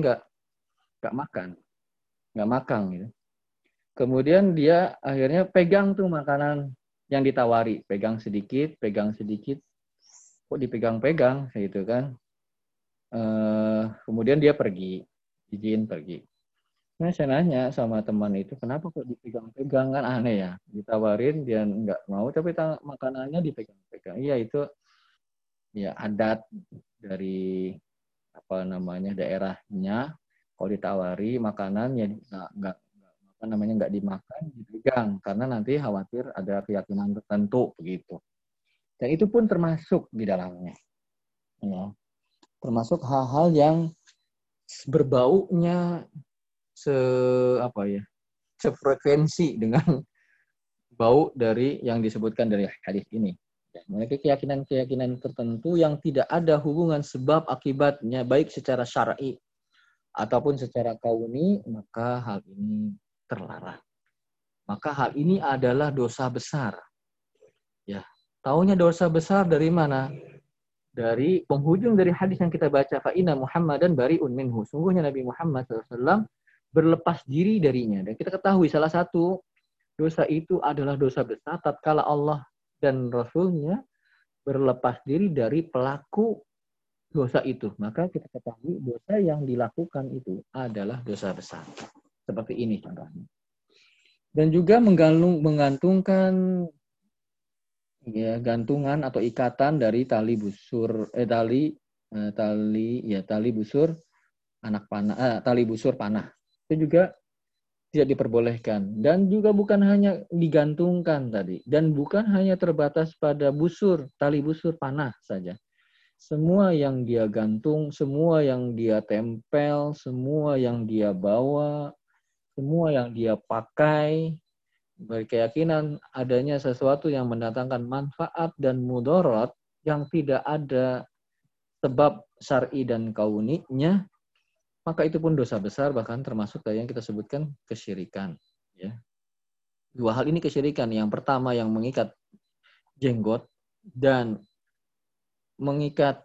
nggak makan gitu. Kemudian dia akhirnya pegang tuh makanan yang ditawari, pegang sedikit, kok dipegang-pegang gitu kan. Kemudian dia pergi, izin pergi. Nah, saya nanya sama teman itu, kenapa kok dipegang-pegang, kan aneh ya. Ditawarin dia nggak mau, tapi makanannya dipegang-pegang. Iya itu ya adat dari apa namanya daerahnya. Kalau ditawari makanan ya nggak apa namanya nggak dimakan, dipegang karena nanti khawatir ada keyakinan tertentu begitu. Dan itu pun termasuk di dalamnya, ya. Termasuk hal-hal yang berbaunya se apa ya sefrekuensi dengan bau dari yang disebutkan dari hadis ini. Ya, memiliki keyakinan-keyakinan tertentu yang tidak ada hubungan sebab akibatnya baik secara syar'i ataupun secara kauni, maka hal ini terlarang. Maka hal ini adalah dosa besar. Ya, taunya dosa besar dari mana? Dari penghujung dari hadis yang kita baca, fa inna Muhammadan bari'un minhu. Sungguhnya Nabi Muhammad SAW berlepas diri darinya. Dan kita ketahui salah satu dosa itu adalah dosa besar tatkala Allah dan Rasulnya berlepas diri dari pelaku dosa itu. Maka kita ketahui dosa yang dilakukan itu adalah dosa besar. Seperti ini contohnya. Dan juga menggantungkan ya gantungan atau ikatan dari tali busur tali busur anak panah tali busur panah itu juga tidak diperbolehkan, dan juga bukan hanya digantungkan tadi, dan bukan hanya terbatas pada tali busur panah saja. Semua yang dia gantung, semua yang dia tempel, semua yang dia bawa, semua yang dia pakai, berkeyakinan adanya sesuatu yang mendatangkan manfaat dan mudarat yang tidak ada sebab syar'i dan kauninya, maka itu pun dosa besar, bahkan termasuk yang kita sebutkan kesyirikan. Ya. Dua hal ini kesyirikan. Yang pertama yang mengikat jenggot dan mengikat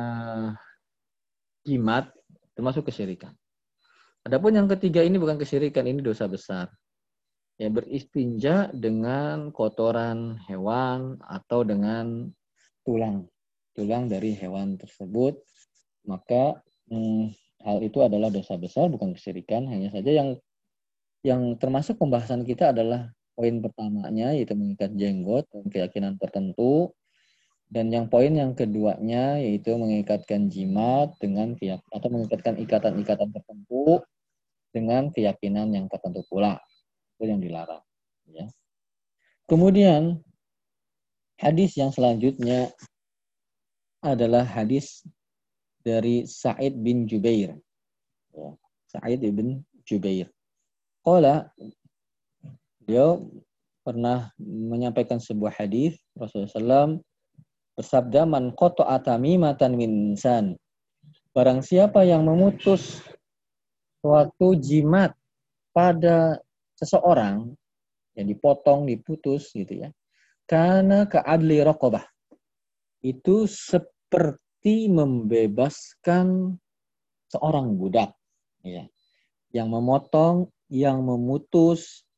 jimat, termasuk kesyirikan. Adapun yang ketiga ini bukan kesyirikan, ini dosa besar. Ya, beristinja dengan kotoran hewan atau dengan tulang dari hewan tersebut, maka hal itu adalah dosa besar, bukan kesyirikan. Hanya saja yang termasuk pembahasan kita adalah poin pertamanya, yaitu mengikat jenggot dan keyakinan tertentu. Dan yang poin yang keduanya yaitu mengikatkan jimat dengan atau mengikatkan ikatan-ikatan tertentu dengan keyakinan yang tertentu pula. Itu yang dilarang. Ya. Kemudian hadis yang selanjutnya adalah hadis dari Sa'id bin Jubair. Ya. Sa'id bin Jubair. Qala, beliau pernah menyampaikan sebuah hadis Rasulullah SAW bersabda, man qata'a tamimatan min insan. Barang siapa yang memutus suatu jimat pada seseorang, yang dipotong, diputus gitu ya. Karena ka'adli raqabah. Itu seperti membebaskan seorang budak, ya. Yang memotong, yang memutus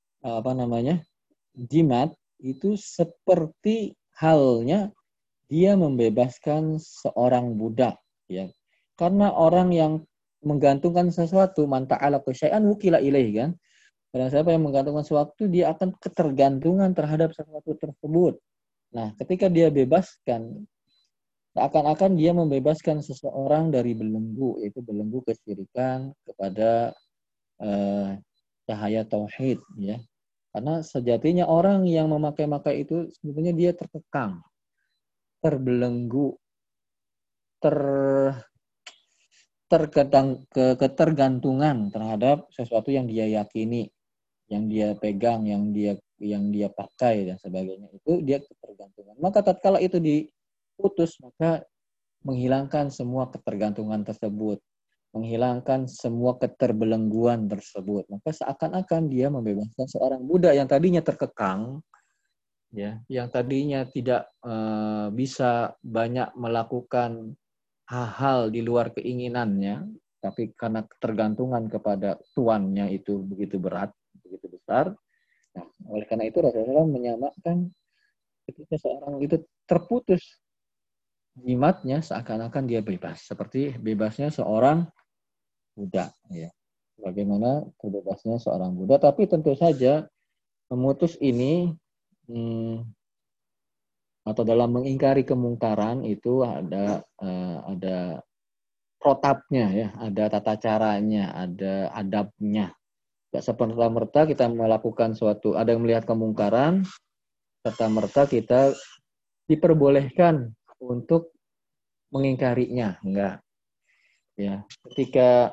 jimat itu seperti halnya dia membebaskan seorang budak, ya. Karena orang yang menggantungkan sesuatu, man ta'ala syai'an wukila ilaih, kan. Barang siapa yang menggantungkan sesuatu, dia akan ketergantungan terhadap sesuatu tersebut. Nah, ketika dia bebaskan, seakan-akan dia membebaskan seseorang dari belenggu, yaitu belenggu kesyirikan kepada cahaya tauhid, ya. Karena sejatinya orang yang memakai-makai itu sebetulnya dia terkekang, terbelenggu, ketergantungan terhadap sesuatu yang dia yakini, yang dia pegang, yang dia pakai dan sebagainya. Itu dia ketergantungan. Maka tatkala itu diputus, maka menghilangkan semua ketergantungan tersebut, menghilangkan semua keterbelengguan tersebut. Maka seakan-akan dia membebaskan seorang budak yang tadinya terkekang, ya, yang tadinya tidak bisa banyak melakukan hal-hal di luar keinginannya, tapi karena ketergantungan kepada tuannya itu begitu berat, begitu besar. Nah, oleh karena itu Rasulullah menyamakan ketika seorang itu terputus jimatnya, seakan-akan dia bebas, seperti bebasnya seorang budak, ya. Bagaimana terbebasnya seorang budak, tapi tentu saja memutus ini atau dalam mengingkari kemungkaran itu ada protapnya, ya, ada tata caranya, ada adabnya. Tidak serta-merta kita melakukan suatu, ada yang melihat kemungkaran, serta-merta kita diperbolehkan untuk mengingkarinya, enggak. Ya, ketika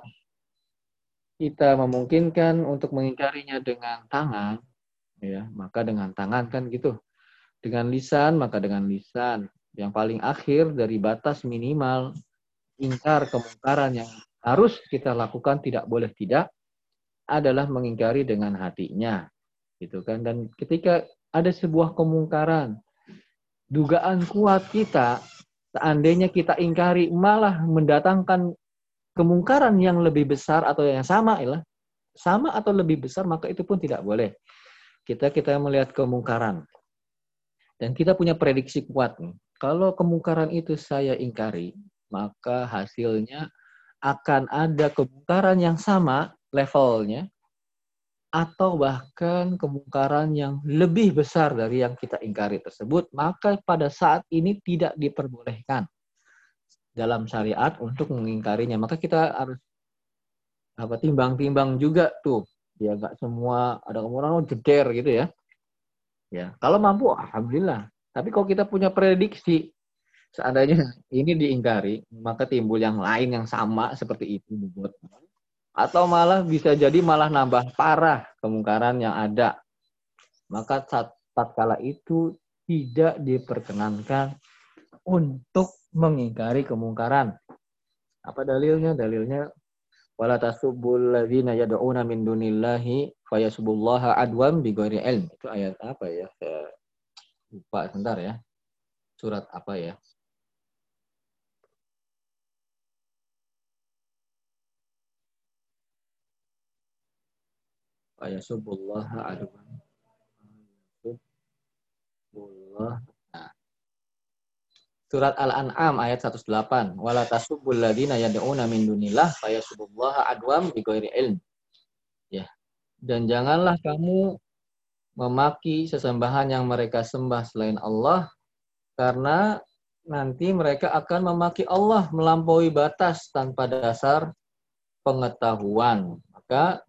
kita memungkinkan untuk mengingkarinya dengan tangan, ya, maka dengan tangan, kan gitu. Dengan lisan, maka dengan lisan. Yang paling akhir dari batas minimal ingkar kemungkaran yang harus kita lakukan, tidak boleh tidak, adalah mengingkari dengan hatinya, gitu kan. Dan ketika ada sebuah kemungkaran, dugaan kuat kita, seandainya kita ingkari malah mendatangkan kemungkaran yang lebih besar atau yang sama atau lebih besar, maka itu pun tidak boleh. Kita melihat kemungkaran dan kita punya prediksi kuat nih. Kalau kemungkaran itu saya ingkari, maka hasilnya akan ada kemungkaran yang sama levelnya, atau bahkan kemungkaran yang lebih besar dari yang kita ingkari tersebut, maka pada saat ini tidak diperbolehkan dalam syariat untuk mengingkarinya. Maka kita harus timbang-timbang juga tuh. Ya, nggak semua ada kemungkaran jeder gitu ya. Ya, kalau mampu alhamdulillah. Tapi kalau kita punya prediksi seandainya ini diingkari, maka timbul yang lain yang sama seperti itu dibuat. Atau malah bisa jadi malah nambah parah kemungkaran yang ada. Maka tatkala itu tidak diperkenankan untuk mengingkari kemungkaran. Apa dalilnya? Dalilnya wala tasubbul ladzina yad'una min dunillahi fayasubbullaha adwam bighairi ilm. Itu ayat apa ya? Saya lupa, sebentar ya. Surat apa ya? Fayasubbullaha adwan. Fayasubbullah. Nah, surat Al-An'am ayat 108. Wala tasubbul ladzina yad'una min dunillah fayasubbullaha adwam bighairi ilm. Ya. Dan janganlah kamu memaki sesembahan yang mereka sembah selain Allah, karena nanti mereka akan memaki Allah melampaui batas tanpa dasar pengetahuan. Maka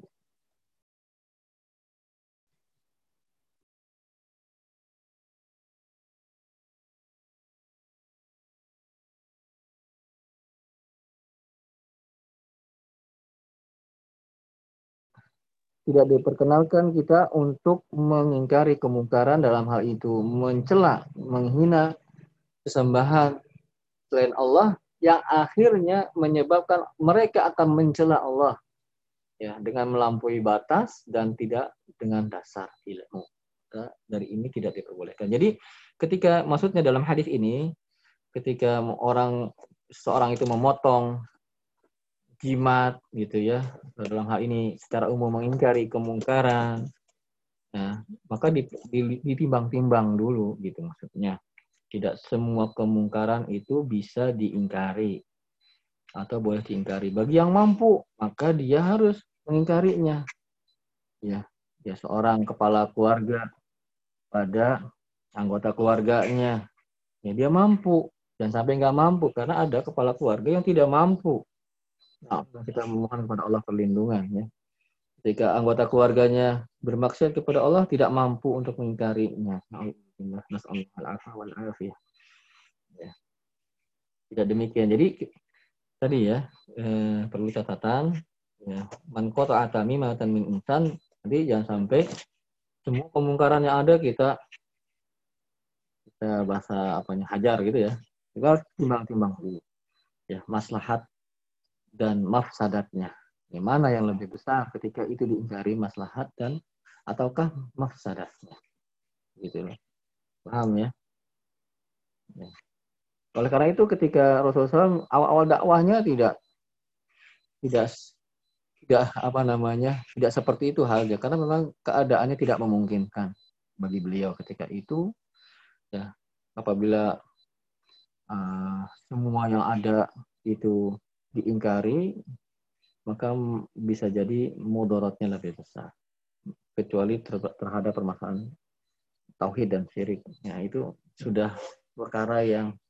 tidak diperkenalkan kita untuk mengingkari kemungkaran dalam hal itu, mencela, menghina sesembahan selain Allah yang akhirnya menyebabkan mereka akan mencela Allah, ya, dengan melampaui batas dan tidak dengan dasar ilmu. Maka dari ini tidak diperbolehkan. Jadi ketika maksudnya dalam hadis ini, ketika seorang itu memotong jimat gitu ya, dalam hal ini secara umum mengingkari kemungkaran, nah, maka ditimbang-timbang dulu gitu maksudnya. Tidak semua kemungkaran itu bisa diingkari atau boleh diingkari. Bagi yang mampu, maka dia harus mengingkarinya. Ya, ya seorang kepala keluarga pada anggota keluarganya, ya dia mampu. Dan sampai nggak mampu, karena ada kepala keluarga yang tidak mampu. Nah, kita memohon kepada Allah perlindungan, ya. Ketika anggota keluarganya bermaksiat kepada Allah, tidak mampu untuk mengingkarinya. Ya, tidak demikian. Jadi tadi ya, perlu catatan, ya, man qata'a tamimatan min insan, jadi jangan sampai semua kemungkaran yang ada kita bahasa hajar gitu ya. Kita harus timbang-timbang dulu. Ya, maslahat dan mafsadatnya. Yang mana yang lebih besar ketika itu diingkari, maslahat dan ataukah mafsadatnya. Gitu loh. Paham ya? Ya. Oleh karena itu ketika Rasulullah SAW awal-awal dakwahnya tidak tidak seperti itu halnya, karena memang keadaannya tidak memungkinkan bagi beliau ketika itu, ya. Apabila semua yang ada itu diingkari, maka bisa jadi mudaratnya lebih besar, kecuali terhadap permasalahan tauhid dan syirik. Ya, itu sudah perkara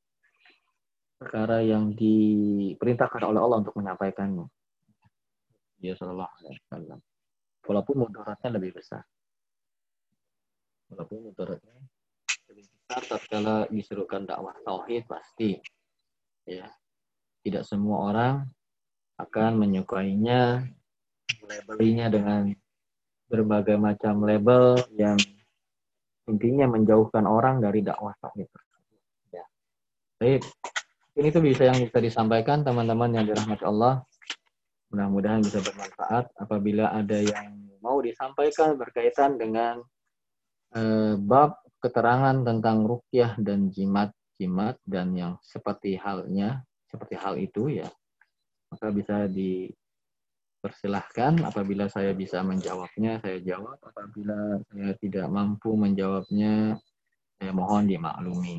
yang diperintahkan oleh Allah untuk menyampaikannya. Ya, sallallahu alaihi wasallam. Walaupun mudaratnya lebih besar. Walaupun mudaratnya lebih besar tatkala disuruhkan dakwah tauhid, pasti ya tidak semua orang akan menyukainya, melabelinya dengan berbagai macam label yang intinya menjauhkan orang dari dakwah tauhid. Ya. Baik, ini tuh yang bisa disampaikan teman-teman yang dirahmati Allah. Mudah-mudahan bisa bermanfaat. Apabila ada yang mau disampaikan berkaitan dengan bab keterangan tentang ruqyah dan jimat dan yang seperti hal itu, ya, maka bisa dipersilahkan. Apabila saya bisa menjawabnya, saya jawab. Apabila saya tidak mampu menjawabnya, saya mohon dimaklumi.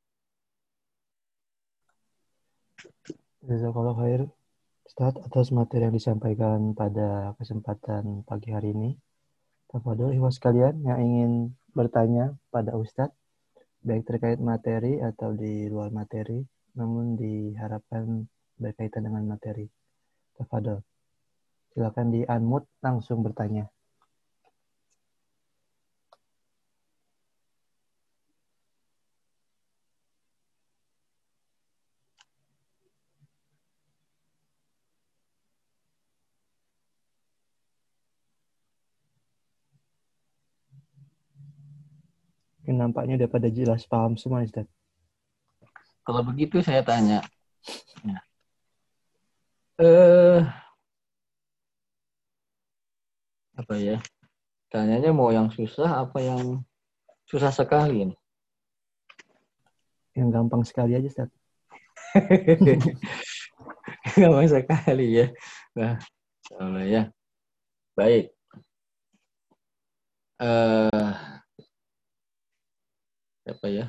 Jazakallah khair Ustadz atas materi yang disampaikan pada kesempatan pagi hari ini. Tafadhol ikhwas sekalian yang ingin bertanya pada Ustadz, baik terkait materi atau di luar materi, namun diharapkan berkaitan dengan materi. Tafadhol. Silakan di-unmute langsung bertanya. Nampaknya udah pada jelas paham semua, Ustaz. Kalau begitu saya tanya. Ya. Apa ya? Tanyanya mau yang susah apa yang susah sekali ini? Yang gampang sekali aja, Ustaz. Gampang sekali ya. Nah, ya. Baik. eh siapa ya?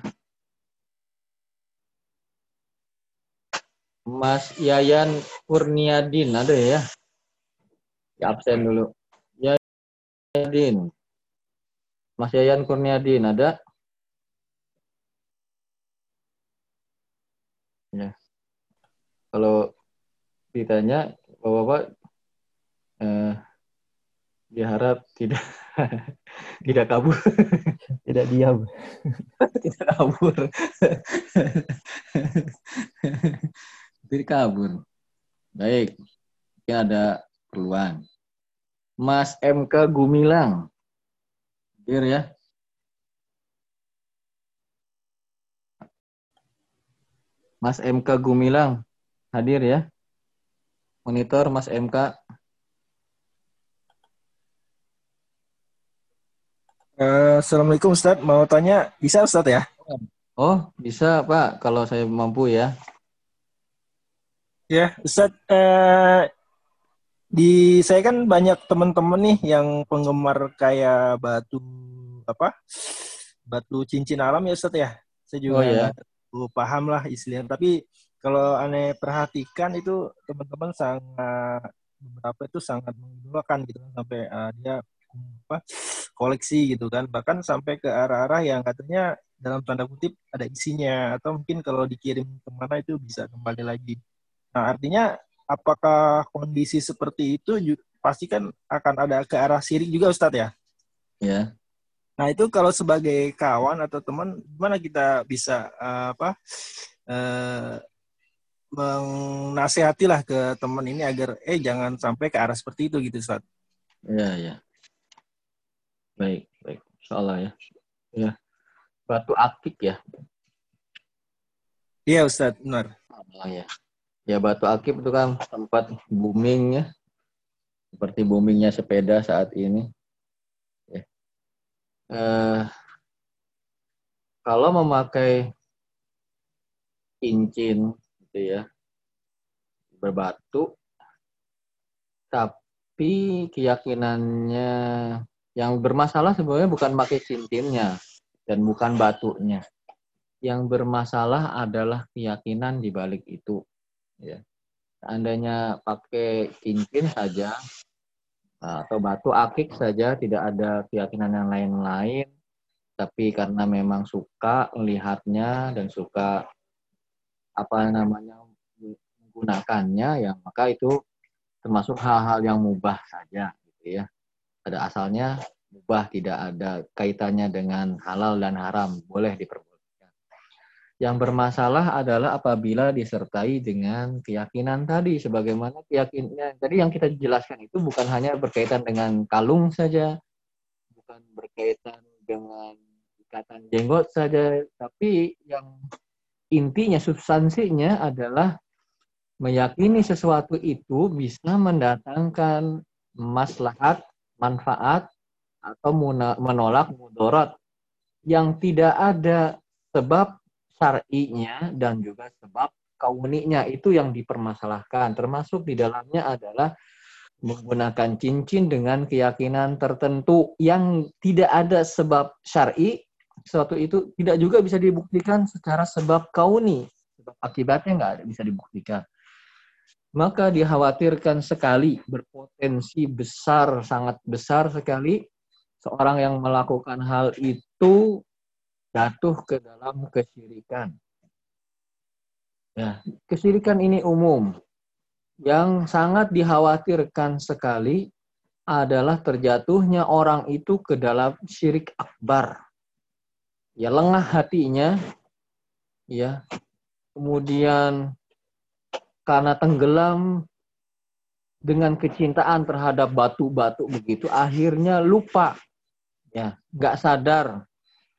Mas Yayan Kurniadin ada ya? Ya, absen dulu. Yayan. Mas Yayan Kurniadin ada? Ya. Kalau ditanya Bapak-bapak diharap tidak tidak kabur. Tidak diam. Tidak kabur. Tidak kabur. Baik, mungkin ada keluhan. Mas MK Gumilang. Hadir ya. Mas MK Gumilang. Hadir ya. Monitor Mas MK. Assalamualaikum Ustadz, mau tanya bisa Ustadz ya? Oh, bisa Pak kalau saya mampu ya. Ya Ustadz, saya kan banyak teman-teman nih yang penggemar kayak batu cincin alam ya Ustadz ya. Saya Oh juga nggak ya. terlalu paham lah istilahnya. Tapi kalau aneh perhatikan itu teman-teman beberapa itu sangat mengidolakan gitu kan sampai dia apa koleksi gitu kan. Bahkan sampai ke arah-arah yang katanya dalam tanda kutip ada isinya atau mungkin kalau dikirim kemana itu bisa kembali lagi. Nah, artinya apakah kondisi seperti itu pasti kan akan ada ke arah syirik juga Ustadz ya? Ya. Nah, itu kalau sebagai kawan atau teman, gimana kita bisa eh, menasehatilah ke teman ini agar jangan sampai ke arah seperti itu gitu Ustadz. Ya, ya. Baik, baik. Insyaallah ya. Ya. Batu akik ya. Iya Ustadz, benar. Oh ya. Ya batu akik itu kan tempat booming ya. Seperti boomingnya sepeda saat ini. Ya. Kalau memakai cincin gitu ya berbatu, tapi keyakinannya yang bermasalah sebenarnya bukan pakai cincinnya dan bukan batunya. Yang bermasalah adalah keyakinan di balik itu. Ya. Seandainya pakai cincin saja atau batu akik saja, tidak ada keyakinan yang lain-lain, tapi karena memang suka melihatnya dan suka apa namanya menggunakannya, ya maka itu termasuk hal-hal yang mubah saja, gitu ya. Pada asalnya mubah, tidak ada kaitannya dengan halal dan haram, boleh diperbolehkan. Yang bermasalah adalah apabila disertai dengan keyakinan tadi, sebagaimana keyakinan tadi yang kita jelaskan itu bukan hanya berkaitan dengan kalung saja, bukan berkaitan dengan ikatan jenggot saja, tapi yang intinya, substansinya adalah meyakini sesuatu itu bisa mendatangkan maslahat, manfaat, atau menolak mudarat yang tidak ada sebab syar'inya dan juga sebab kauninya, itu yang dipermasalahkan. Termasuk di dalamnya adalah menggunakan cincin dengan keyakinan tertentu yang tidak ada sebab syar'i, sesuatu itu tidak juga bisa dibuktikan secara sebab kauni, sebab akibatnya nggak ada bisa dibuktikan. Maka dikhawatirkan sekali, berpotensi besar, sangat besar sekali, seorang yang melakukan hal itu jatuh ke dalam kesyirikan. Ya, kesyirikan ini umum. Yang sangat dikhawatirkan sekali adalah terjatuhnya orang itu ke dalam syirik akbar. Ya, lengah hatinya, ya. Kemudian karena tenggelam dengan kecintaan terhadap batu-batu begitu, akhirnya lupa, ya, nggak sadar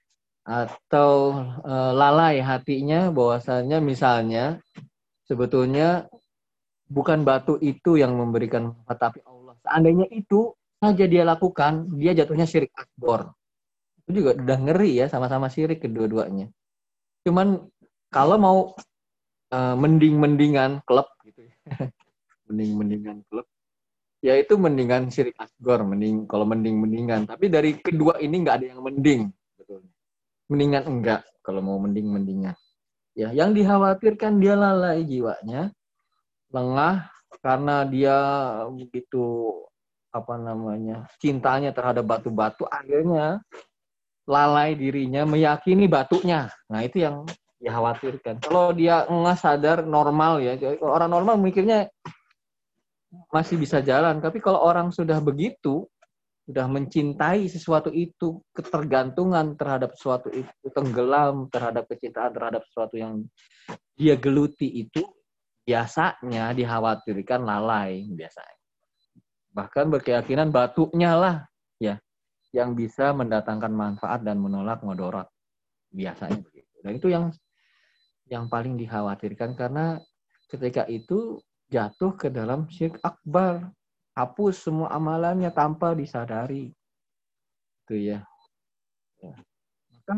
atau lalai hatinya bahwasanya misalnya sebetulnya bukan batu itu yang memberikan manfaat, tapi Allah. Seandainya itu saja dia lakukan, dia jatuhnya syirik akbar. Itu juga udah ngeri ya, sama-sama syirik kedua-duanya. Cuman kalau mau mending-mendingan klub gitu ya. Mending-mendingan klub, Ya itu mendingan syirik asgor, kalau mendingan. Tapi dari kedua ini nggak ada yang mending, betul. Mendingan enggak kalau mau mendingan. Ya, yang dikhawatirkan dia lalai jiwanya, lengah karena dia begitu cintanya terhadap batu-batu, akhirnya lalai dirinya meyakini batunya. Nah, itu yang dikhawatirkan. Kalau dia enggak sadar normal ya, orang normal mikirnya masih bisa jalan. Tapi kalau orang sudah begitu, sudah mencintai sesuatu itu, ketergantungan terhadap sesuatu itu, tenggelam terhadap kecintaan terhadap sesuatu yang dia geluti itu, biasanya dikhawatirkan lalai biasanya. Bahkan berkeyakinan batunya lah ya yang bisa mendatangkan manfaat dan menolak mudarat. Biasanya begitu. Dan itu yang paling dikhawatirkan karena ketika itu jatuh ke dalam syirik akbar, hapus semua amalannya tanpa disadari. Itu ya. Maka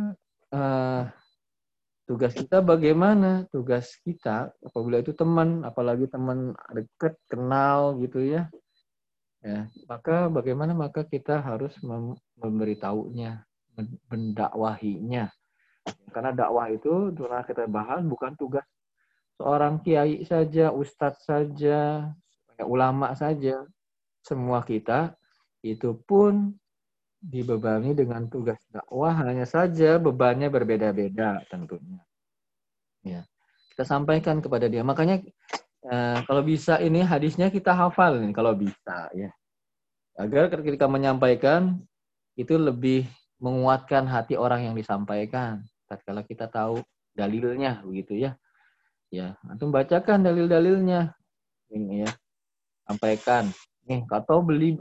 tugas kita bagaimana? Tugas kita apabila itu teman, apalagi teman dekat, kenal gitu ya. Ya, maka kita harus memberitahunya, mendakwahinya. Karena dakwah itu telah kita bahas bukan tugas seorang kiai saja, ustadz saja, ulama saja. Semua kita itu pun dibebani dengan tugas dakwah, hanya saja bebannya berbeda-beda tentunya. Ya, kita sampaikan kepada dia. Makanya kalau bisa ini hadisnya kita hafal nih kalau bisa ya. Agar ketika menyampaikan itu lebih menguatkan hati orang yang disampaikan. Tatkala kita tahu dalilnya begitu ya. Ya, antum bacakan dalil-dalilnya. Ini ya. Sampaikan. Nih, atau beli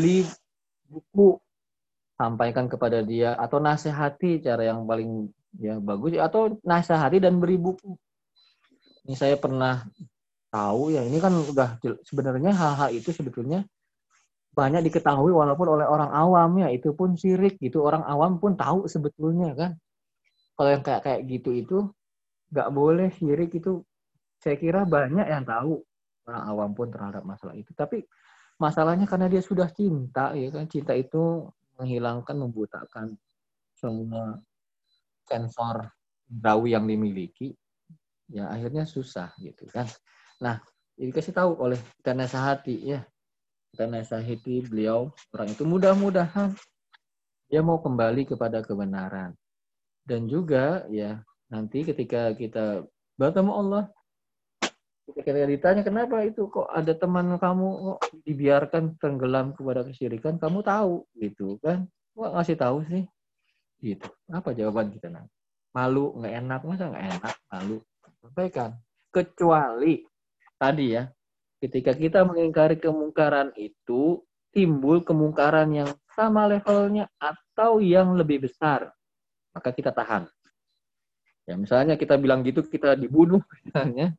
buku, sampaikan kepada dia atau nasihati cara yang paling ya bagus atau nasihati dan beri buku. Ini saya pernah tahu ya, ini kan udah sebenarnya hal-hal itu sebetulnya banyak diketahui walaupun oleh orang awam ya, itu pun syirik gitu, orang awam pun tahu sebetulnya kan. Kalau yang kayak gitu itu nggak boleh syirik itu, saya kira banyak yang tahu orang awam pun terhadap masalah itu. Tapi masalahnya karena dia sudah cinta ya kan, cinta itu menghilangkan, membutakan semua sensor indrawi yang dimiliki, ya akhirnya susah gitu kan. Nah, dikasih tahu oleh kita nasihati ya, kita nasihati beliau, orang itu mudah-mudahan dia mau kembali kepada kebenaran. Dan juga ya nanti ketika kita bertemu Allah, ketika ditanya kenapa itu kok ada teman kamu kok dibiarkan tenggelam kepada kesyirikan, kamu tahu gitu kan, kok ngasih tahu sih gitu. Apa jawaban kita nanti? Malu, nggak enak, masa nggak enak, malu. Sampaikan. Kecuali tadi ya, ketika kita mengingkari kemungkaran itu, timbul kemungkaran yang sama levelnya atau yang lebih besar, maka kita tahan. Ya misalnya kita bilang gitu, kita dibunuh misalnya,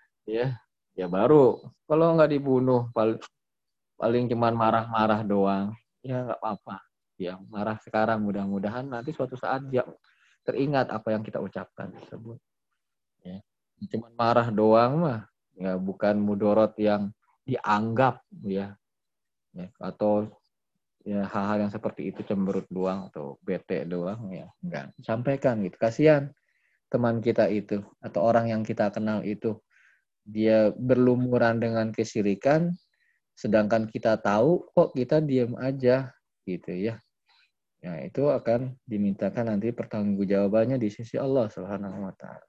ya baru. Kalau nggak dibunuh, paling cuman marah-marah doang, ya nggak apa-apa. Ya marah sekarang, mudah-mudahan nanti suatu saat dia teringat apa yang kita ucapkan tersebut. Ya. Cuman marah doang mah, ya bukan mudorot yang dianggap ya atau ya hal-hal yang seperti itu, cemberut doang atau bete doang, ya enggak, sampaikan gitu. Kasihan teman kita itu atau orang yang kita kenal itu, dia berlumuran dengan kesyirikan, sedangkan kita tahu kok kita diam aja gitu ya. Ya itu akan dimintakan nanti pertanggungjawabannya di sisi Allah Subhanahu wa taala.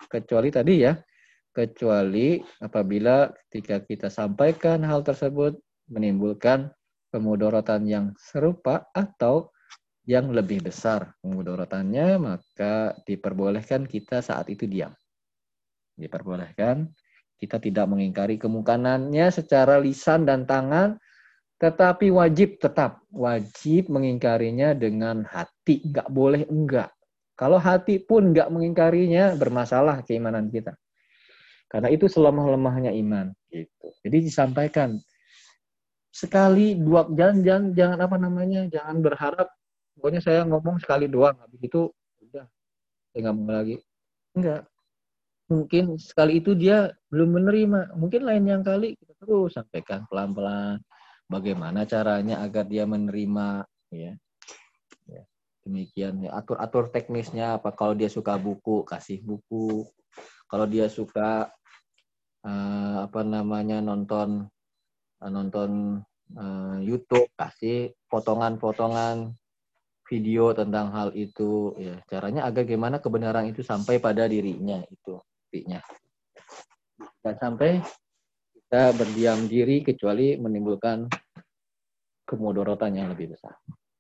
Kecuali apabila ketika kita sampaikan hal tersebut menimbulkan pemudorotan yang serupa atau yang lebih besar pemudorotannya, maka diperbolehkan kita saat itu diam. Diperbolehkan kita tidak mengingkari kemungkarannya secara lisan dan tangan, tetapi tetap wajib mengingkarinya dengan hati, nggak boleh enggak. Kalau hati pun nggak mengingkarinya, bermasalah keimanan kita. Karena itu selemah-lemahnya iman. Gitu. Jadi disampaikan sekali dua, jangan berharap pokoknya saya ngomong sekali doang, habis itu udah saya nggak mau lagi. Enggak. Mungkin sekali itu dia belum menerima, mungkin lain yang kali kita terus sampaikan pelan-pelan, bagaimana caranya agar dia menerima, ya. Demikian ya, atur teknisnya apa. Kalau dia suka buku, kasih buku. Kalau dia suka nonton YouTube, kasih potongan-potongan video tentang hal itu ya. Caranya agar gimana kebenaran itu sampai pada dirinya itu intinya. Dan sampai kita berdiam diri kecuali menimbulkan kemudorotan yang lebih besar.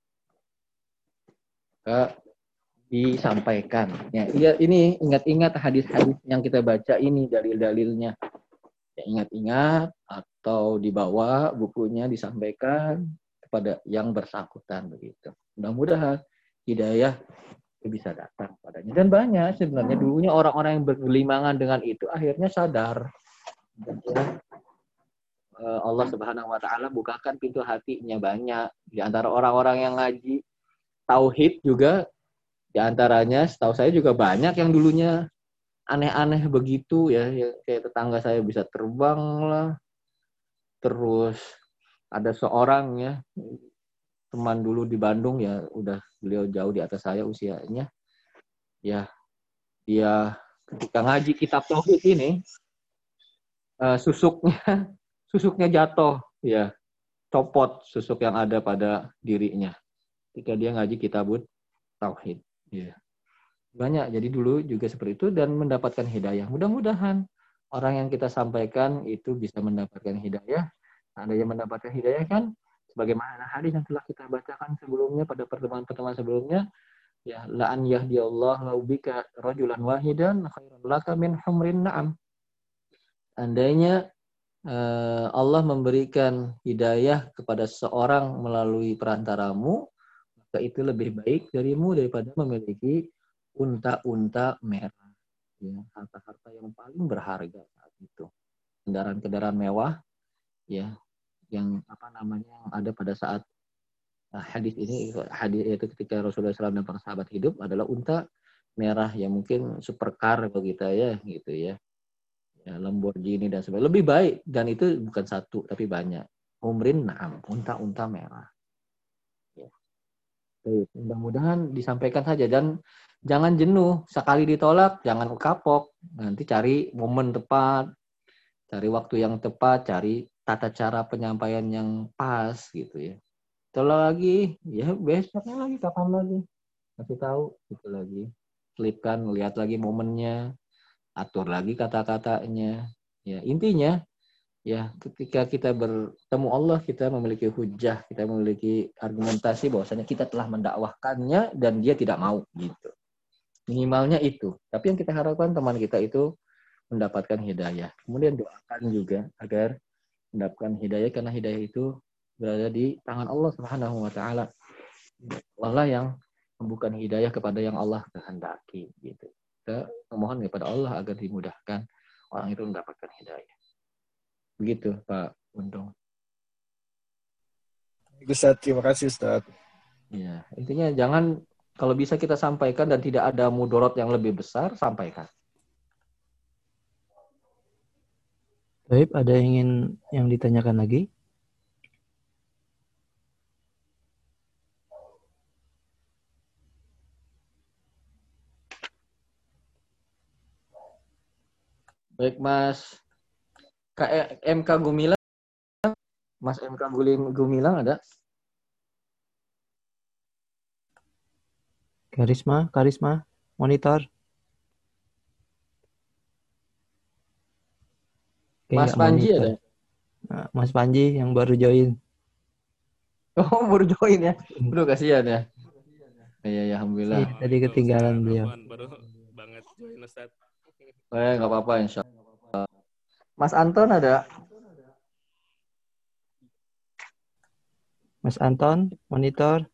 Disampaikan. Ya, ini ingat-ingat hadis-hadis yang kita baca ini, dalil-dalilnya. Ya, ingat-ingat atau dibawa bukunya disampaikan kepada yang bersangkutan begitu. Mudah-mudahan hidayah bisa datang padanya. Dan banyak sebenarnya dulunya orang-orang yang bergelimangan dengan itu akhirnya sadar. Ya, Allah Subhanahu wa taala bukakan pintu hatinya banyak. Di antara orang-orang yang ngaji tauhid juga, di antaranya setahu saya juga banyak yang dulunya aneh-aneh begitu ya, kayak tetangga saya bisa terbang lah. Terus ada seorang ya, teman dulu di Bandung ya, udah beliau jauh di atas saya usianya. Ya, dia ketika ngaji kitab tauhid ini susuknya jatuh ya, copot susuk yang ada pada dirinya ketika dia ngaji kitab tauhid. Ya. Banyak, jadi dulu juga seperti itu dan mendapatkan hidayah. Mudah-mudahan orang yang kita sampaikan itu bisa mendapatkan hidayah. Ada yang mendapatkan hidayah kan, sebagaimana hadis yang telah kita bacakan sebelumnya pada pertemuan-pertemuan sebelumnya, ya la an yahdiyallahu bika rajulan wahidan khairun laka min humrin na'am. Andainya Allah memberikan hidayah kepada seorang melalui perantaramu, maka itu lebih baik darimu daripada memiliki unta-unta merah, ya, harta-harta yang paling berharga saat itu, kendaraan-kendaraan mewah, ya, yang ada pada saat hadis itu ketika Rasulullah SAW dan para sahabat hidup adalah unta merah yang mungkin supercar begitu ya, gitu ya, Lamborghini dan sebagainya, lebih baik, dan itu bukan satu tapi banyak. Umrin na'am, unta-unta merah. Mudah-mudahan disampaikan saja dan jangan jenuh. Sekali ditolak, jangan kapok. Nanti cari momen tepat, cari waktu yang tepat, cari tata cara penyampaian yang pas gitu ya. Kalau lagi, ya besoknya lagi, kapan lagi? Kasih tahu, gitu lagi. Selipkan, lihat lagi momennya, atur lagi kata-katanya. Ya, intinya ya, ketika kita bertemu Allah, kita memiliki hujah, kita memiliki argumentasi bahwasanya kita telah mendakwahkannya dan dia tidak mau gitu. Minimalnya itu. Tapi yang kita harapkan teman kita itu mendapatkan hidayah. Kemudian doakan juga agar mendapatkan hidayah, karena hidayah itu berada di tangan Allah Subhanahu wa taala. Allah yang membuka hidayah kepada yang Allah kehendaki gitu. Kita memohon kepada Allah agar dimudahkan orang itu mendapatkan hidayah. Begitu Pak Untung. Ustaz, terima kasih Ustaz. Ya, intinya jangan, kalau bisa kita sampaikan dan tidak ada mudorot yang lebih besar, sampaikan. Baik, ada yang ditanyakan lagi? Baik Mas MK Gumilang, Mas MK Gumilang ada? Karisma, monitor. Oke, Mas Panji monitor. ada? Nah, Mas Panji yang baru join. Oh, baru join ya? Aduh, kasihan ya. Iya, alhamdulillah. Iya, tadi ketinggalan beliau. Baru banget join Ustaz. Nggak apa-apa, insya Allah. Mas Anton ada? Mas Anton, monitor.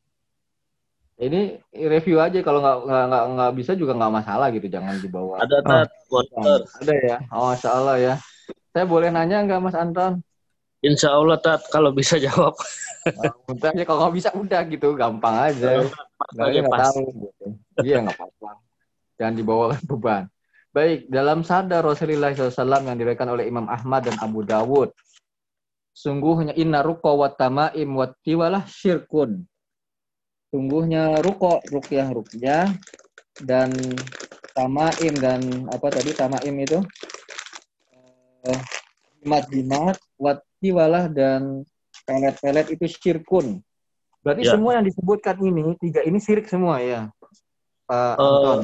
Ini review aja, kalau nggak bisa juga nggak masalah gitu, jangan dibawa. Ada monitor. Ada ya? Oh, Masya Allah ya. Saya boleh nanya nggak Mas Anton? Insya Allah Tat, kalau bisa jawab. Udah ya, kalau nggak bisa udah gitu, gampang aja. Nggak tahu. Gitu. Iya, nggak apa-apa. Jangan dibawa beban. Baik, dalam sabda Rasulullah SAW yang diriwayatkan oleh Imam Ahmad dan Abu Dawud, Sungguhnya inna ruqa wa tamaim wa tiwalah syirkun. Sungguhnya ruqyah dan tamaim dan apa tadi tamaim itu jimat-jimat wa tiwalah dan pelet-pelet itu syirkun. Berarti Ya. semua yang disebutkan ini, 3 ini syirik semua ya, Pak Eh, Anton.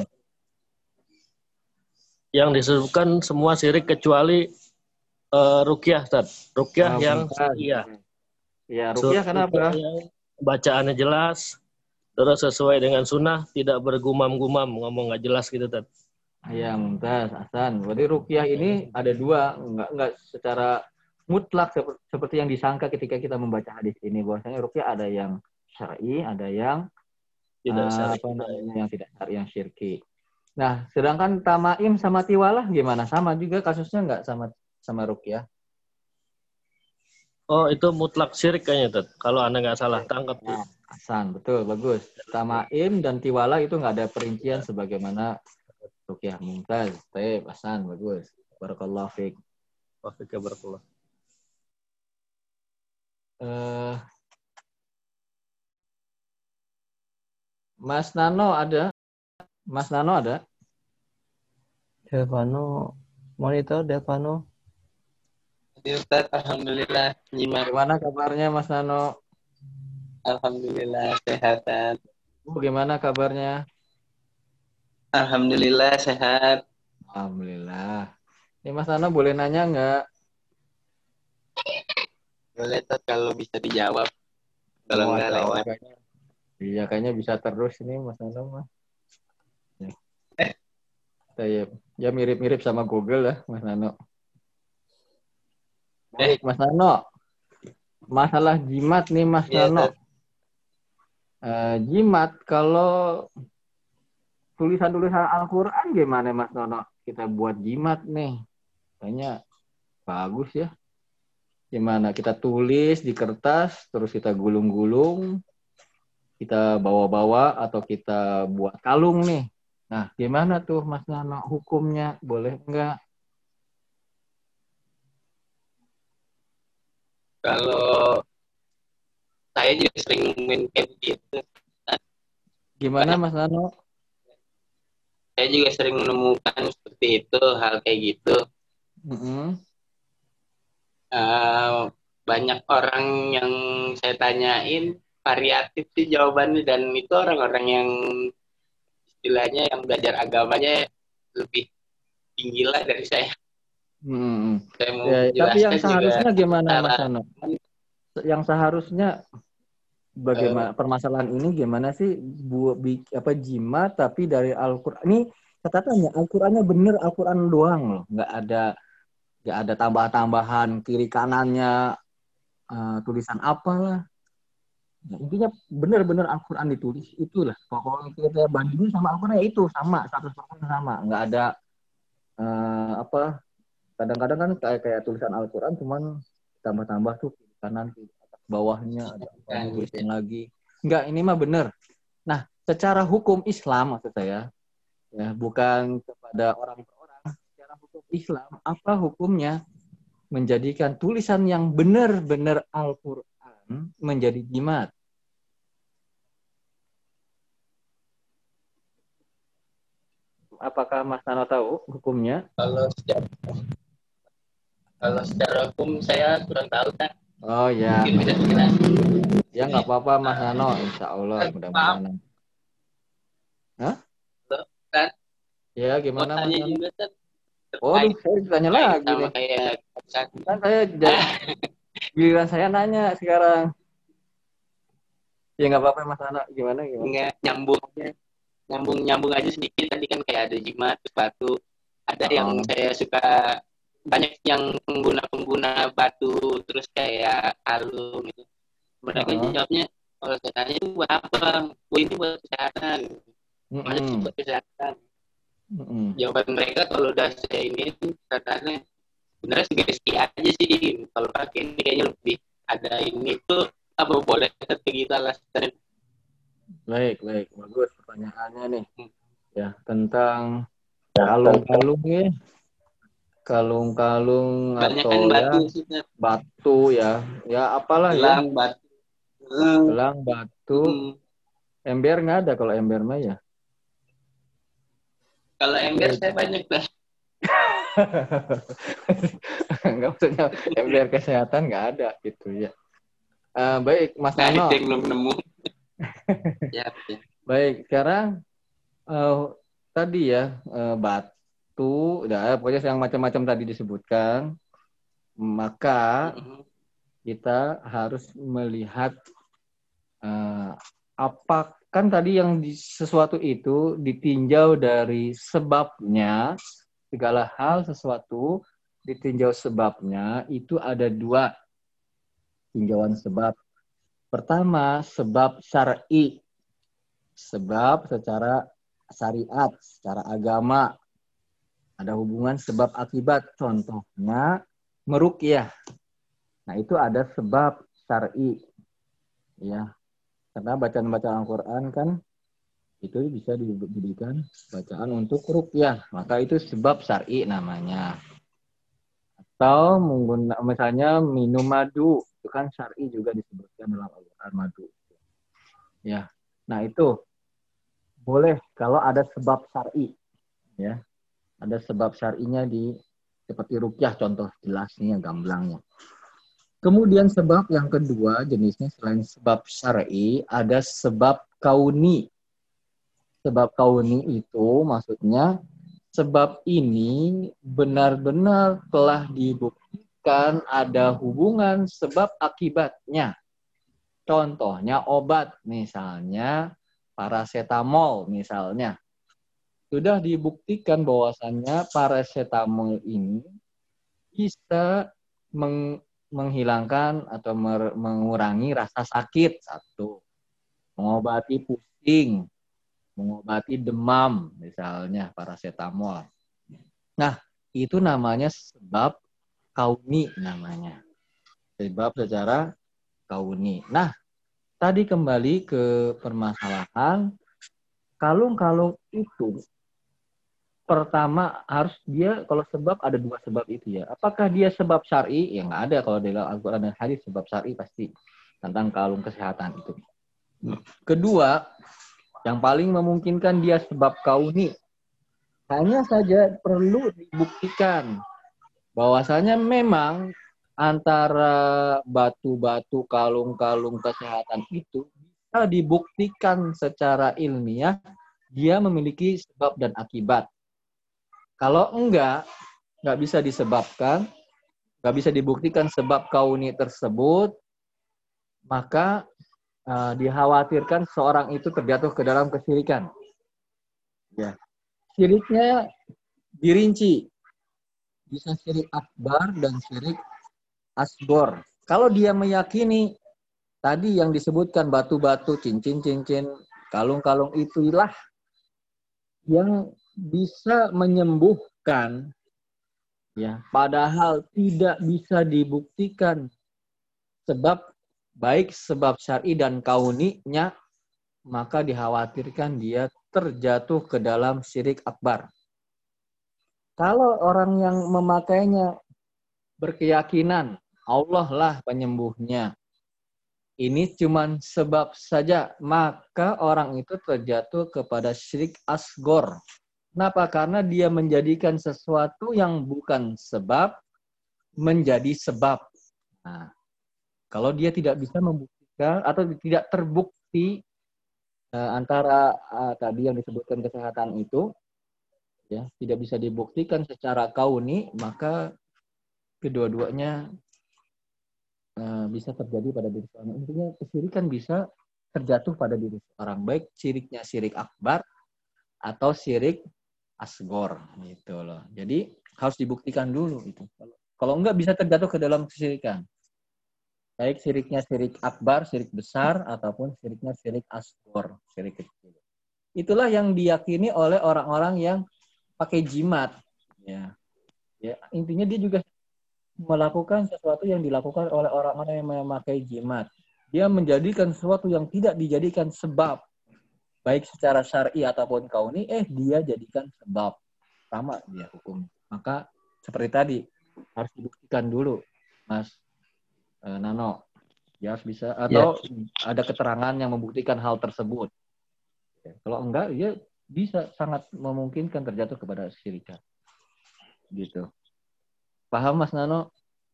Yang disebutkan semua syirik kecuali ruqyah, Ustaz. Ruqyah yang Bukan. iya. Ya, ruqyah kenapa? Yang bacaannya jelas, terus sesuai dengan sunnah, tidak bergumam-gumam, ngomong nggak jelas gitu, Ustaz. Ya, Mumtaz, Hasan. Berarti ruqyah ini ada 2, enggak secara mutlak seperti yang disangka ketika kita membaca hadis ini. Bahwasanya ruqyah ada yang syar'i, ada yang Tidak syar'i. apa namanya yang tidak syar'i, yang syirki. Nah, sedangkan tamaim sama tiwalah gimana? Sama juga kasusnya enggak sama ruqyah? Oh, itu mutlak syirik kayaknya, Ustaz. Kalau Anda nggak salah tangkap. Nah, Hasan, betul, bagus. Tamaim dan tiwalah itu enggak ada perincian sebagaimana ruqyah. Mumtaz. Baik, Hasan, bagus. Barakallahu fiik. Wafika barakallah. Mas Nano ada? Mas Nano ada? Delvano, monitor Delvano. Ustaz, alhamdulillah nyimak. Gimana kabarnya Mas Nano? Alhamdulillah sehatan. Gimana kabarnya? Alhamdulillah sehat. Alhamdulillah. Ini Mas Nano boleh nanya nggak? Boleh Ustaz kalau bisa dijawab. Kalau enggak lewat. Iya, kayaknya bisa terus ini Mas Nano mah. Ya. Ya mirip-mirip sama Google lah Mas Nano. Baik, Mas Nano. Masalah jimat nih Mas Nano. Jimat kalau tulisan-tulisan Al-Quran gimana Mas Nano? Kita buat jimat nih. Kayaknya bagus ya. Gimana? Kita tulis di kertas, terus kita gulung-gulung, kita bawa-bawa, atau kita buat kalung nih. Nah, gimana tuh Mas Nano hukumnya? Boleh nggak? Kalau saya juga sering main kayak gitu. Gimana Mas Nano? Saya juga sering menemukan seperti itu, hal kayak gitu. Banyak orang yang saya tanyain variatif sih jawabannya, dan itu orang-orang yang istilahnya yang belajar agamanya lebih tinggi lah dari saya. Saya mau Tapi yang seharusnya juga gimana Mas Nano? Yang seharusnya bagaimana permasalahan ini gimana sih jimat tapi dari Al-Qur'an. Ini catatannya Al-Qur'annya bener Al-Qur'an doang loh, nggak ada tambah-tambahan kiri kanannya tulisan apalah. Nah, intinya bener-bener Al-Qur'an ditulis itulah. Kalau kita bandingin sama Al-Qur'an ya itu sama 100% sama, nggak ada kadang-kadang kan kayak tulisan Al-Qur'an cuman tambah-tambah tuh kiri kanan kiri atas bawahnya ada tulisan lagi. Enggak, ini mah bener. Nah, secara hukum Islam maksud saya, ya bukan kepada orang per orang, secara hukum Islam apa hukumnya menjadikan tulisan yang benar-benar Al-Qur'an menjadi jimat? Apakah Mas Nano tahu hukumnya? Kalau secara hukum saya kurang tahu kan. Oh ya. Mungkin bisa dijelasin. Ya nggak apa-apa Mas Nano, insya Allah mudah-mudahan. Hah? Kan? Ya gimana Mas Tanya Nano? juga kan. Saya tanya lagi sama nih. Kayak Kan saya giliran saya nanya sekarang. Ya nggak apa-apa Mas Nano, gimana? Nggak nyambung aja sedikit. Tadi kan kayak ada jimat, batu. Ada yang saya suka, banyak yang pengguna batu terus kayak kalung gitu. Mereka jawabnya kalau saya tanya itu buat apa? Ini buat kesehatan. Maksudnya sih buat kesehatan. Jawaban mereka kalau udah saya ini katanya sebenarnya sugesti aja sih. Kalau pakai ini kayaknya lebih ada ini tuh apa boleh kayak gitu alasannya. Baik, bagus pertanyaannya nih. Ya, tentang kalung-kalung ya. kalung-kalung Banyak atau kan ya batu Ustaz. batu ya apalah ya, Gelang batu. gelang batu, ember nggak ada kalau ember mah ya. Kalau ember saya banyak Pak. Nggak, maksudnya ember kesehatan nggak ada gitu ya. Baik Mas Nah, itu Nano. yang belum nemu. Ya. Baik, sekarang tadi ya batu, udah pokoknya yang macam-macam tadi disebutkan, maka kita harus melihat apa kan tadi yang sesuatu itu ditinjau dari sebabnya, segala hal sesuatu ditinjau sebabnya itu ada dua tinjauan sebab. Pertama, sebab syar'i, sebab secara syariat, secara agama. Ada hubungan sebab akibat. Contohnya meruqyah. Nah, itu ada sebab syar'i. Ya. Karena bacaan-bacaan Al-Qur'an kan itu bisa dijadikan bacaan untuk ruqyah. Maka itu sebab syar'i namanya. Atau misalnya minum madu, itu kan syar'i juga disebutkan dalam Al-Qur'an madu. Ya. Nah, itu boleh kalau ada sebab syar'i, ya. Ada sebab syar'inya seperti ruqyah contoh jelasnya gamblangnya. Kemudian sebab yang kedua jenisnya selain sebab syar'i ada sebab kauni. Sebab kauni itu maksudnya sebab ini benar-benar telah dibuktikan ada hubungan sebab akibatnya. Contohnya obat, misalnya paracetamol misalnya. Sudah dibuktikan bahwasannya paracetamol ini bisa menghilangkan atau mengurangi rasa sakit, satu. Mengobati pusing, mengobati demam, misalnya paracetamol. Nah, itu namanya sebab kauni namanya. Sebab secara kauni. Nah, tadi kembali ke permasalahan kalung-kalung itu pertama harus dia kalau sebab ada dua sebab itu ya. Apakah dia sebab syar'i? Ya nggak ada kalau dalam Al-Quran dan hadis sebab syar'i pasti tentang kalung kesehatan itu. Kedua, yang paling memungkinkan dia sebab kauni. Hanya saja perlu dibuktikan bahwasanya memang antara batu-batu kalung-kalung kesehatan itu bisa dibuktikan secara ilmiah dia memiliki sebab dan akibat. Kalau nggak bisa disebabkan, nggak bisa dibuktikan sebab kauni tersebut, maka dikhawatirkan seorang itu terjatuh ke dalam kesyirikan. Ya. Syiriknya dirinci. Bisa syirik akbar dan syirik asgor. Kalau dia meyakini tadi yang disebutkan batu-batu, cincin-cincin, kalung-kalung itulah yang bisa menyembuhkan, ya, padahal tidak bisa dibuktikan sebab baik sebab syar'i dan kauninya, maka dikhawatirkan dia terjatuh ke dalam syirik akbar. Kalau orang yang memakainya berkeyakinan Allah lah penyembuhnya, ini cuma sebab saja, maka orang itu terjatuh kepada syirik asgor. Kenapa? Karena dia menjadikan sesuatu yang bukan sebab menjadi sebab. Nah, kalau dia tidak bisa membuktikan atau tidak terbukti antara tadi yang disebutkan kesehatan itu, ya tidak bisa dibuktikan secara kauni, maka kedua-duanya bisa terjadi pada diri seorang. Intinya kesyirikan bisa terjatuh pada diri seorang, baik syiriknya syirik akbar atau syirik asgor gitu loh. Jadi harus dibuktikan dulu itu. Kalau enggak bisa terjatuh ke dalam kesyirikan. Baik syiriknya syirik akbar, syirik besar, ataupun syiriknya syirik asgor, syirik kecil. Itulah yang diyakini oleh orang-orang yang pakai jimat. Ya, intinya dia juga melakukan sesuatu yang dilakukan oleh orang-orang yang memakai jimat. Dia menjadikan sesuatu yang tidak dijadikan sebab, baik secara syar'i ataupun kauni, dia jadikan sebab. Sama dia hukum. Maka seperti tadi harus dibuktikan dulu, Mas Nano. Ya harus bisa atau ada keterangan yang membuktikan hal tersebut. Kalau enggak, ya bisa sangat memungkinkan terjatuh kepada syirikat. Gitu. Paham Mas Nano?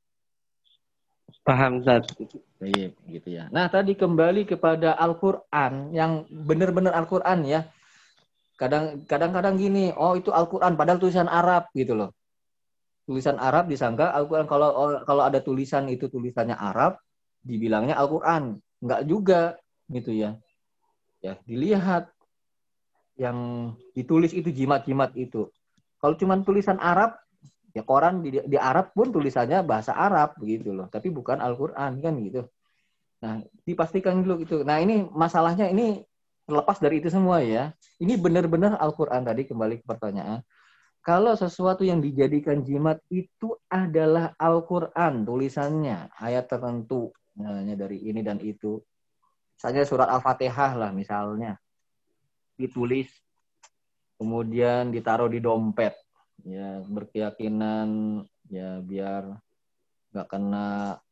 Paham, Ustaz. Baik, gitu ya. Nah, tadi kembali kepada Al-Qur'an yang benar-benar Al-Qur'an ya. Kadang-kadang gini, oh itu Al-Qur'an padahal tulisan Arab gitu loh. Tulisan Arab disangka Al-Qur'an, kalau ada tulisan itu tulisannya Arab, dibilangnya Al-Qur'an. Enggak juga gitu ya. Ya, dilihat yang ditulis itu jimat-jimat itu. Kalau cuma tulisan Arab, ya koran di Arab pun tulisannya bahasa Arab begitu loh, tapi bukan Al-Qur'an kan gitu. Nah, dipastikan dulu gitu. Nah, ini masalahnya ini terlepas dari itu semua ya. Ini benar-benar Al-Qur'an tadi, kembali ke pertanyaan. Kalau sesuatu yang dijadikan jimat itu adalah Al-Qur'an tulisannya, ayat tertentu misalnya dari ini dan itu. Misalnya surat Al-Fatihah lah misalnya. Ditulis kemudian ditaruh di dompet. Ya, berkeyakinan ya biar nggak kena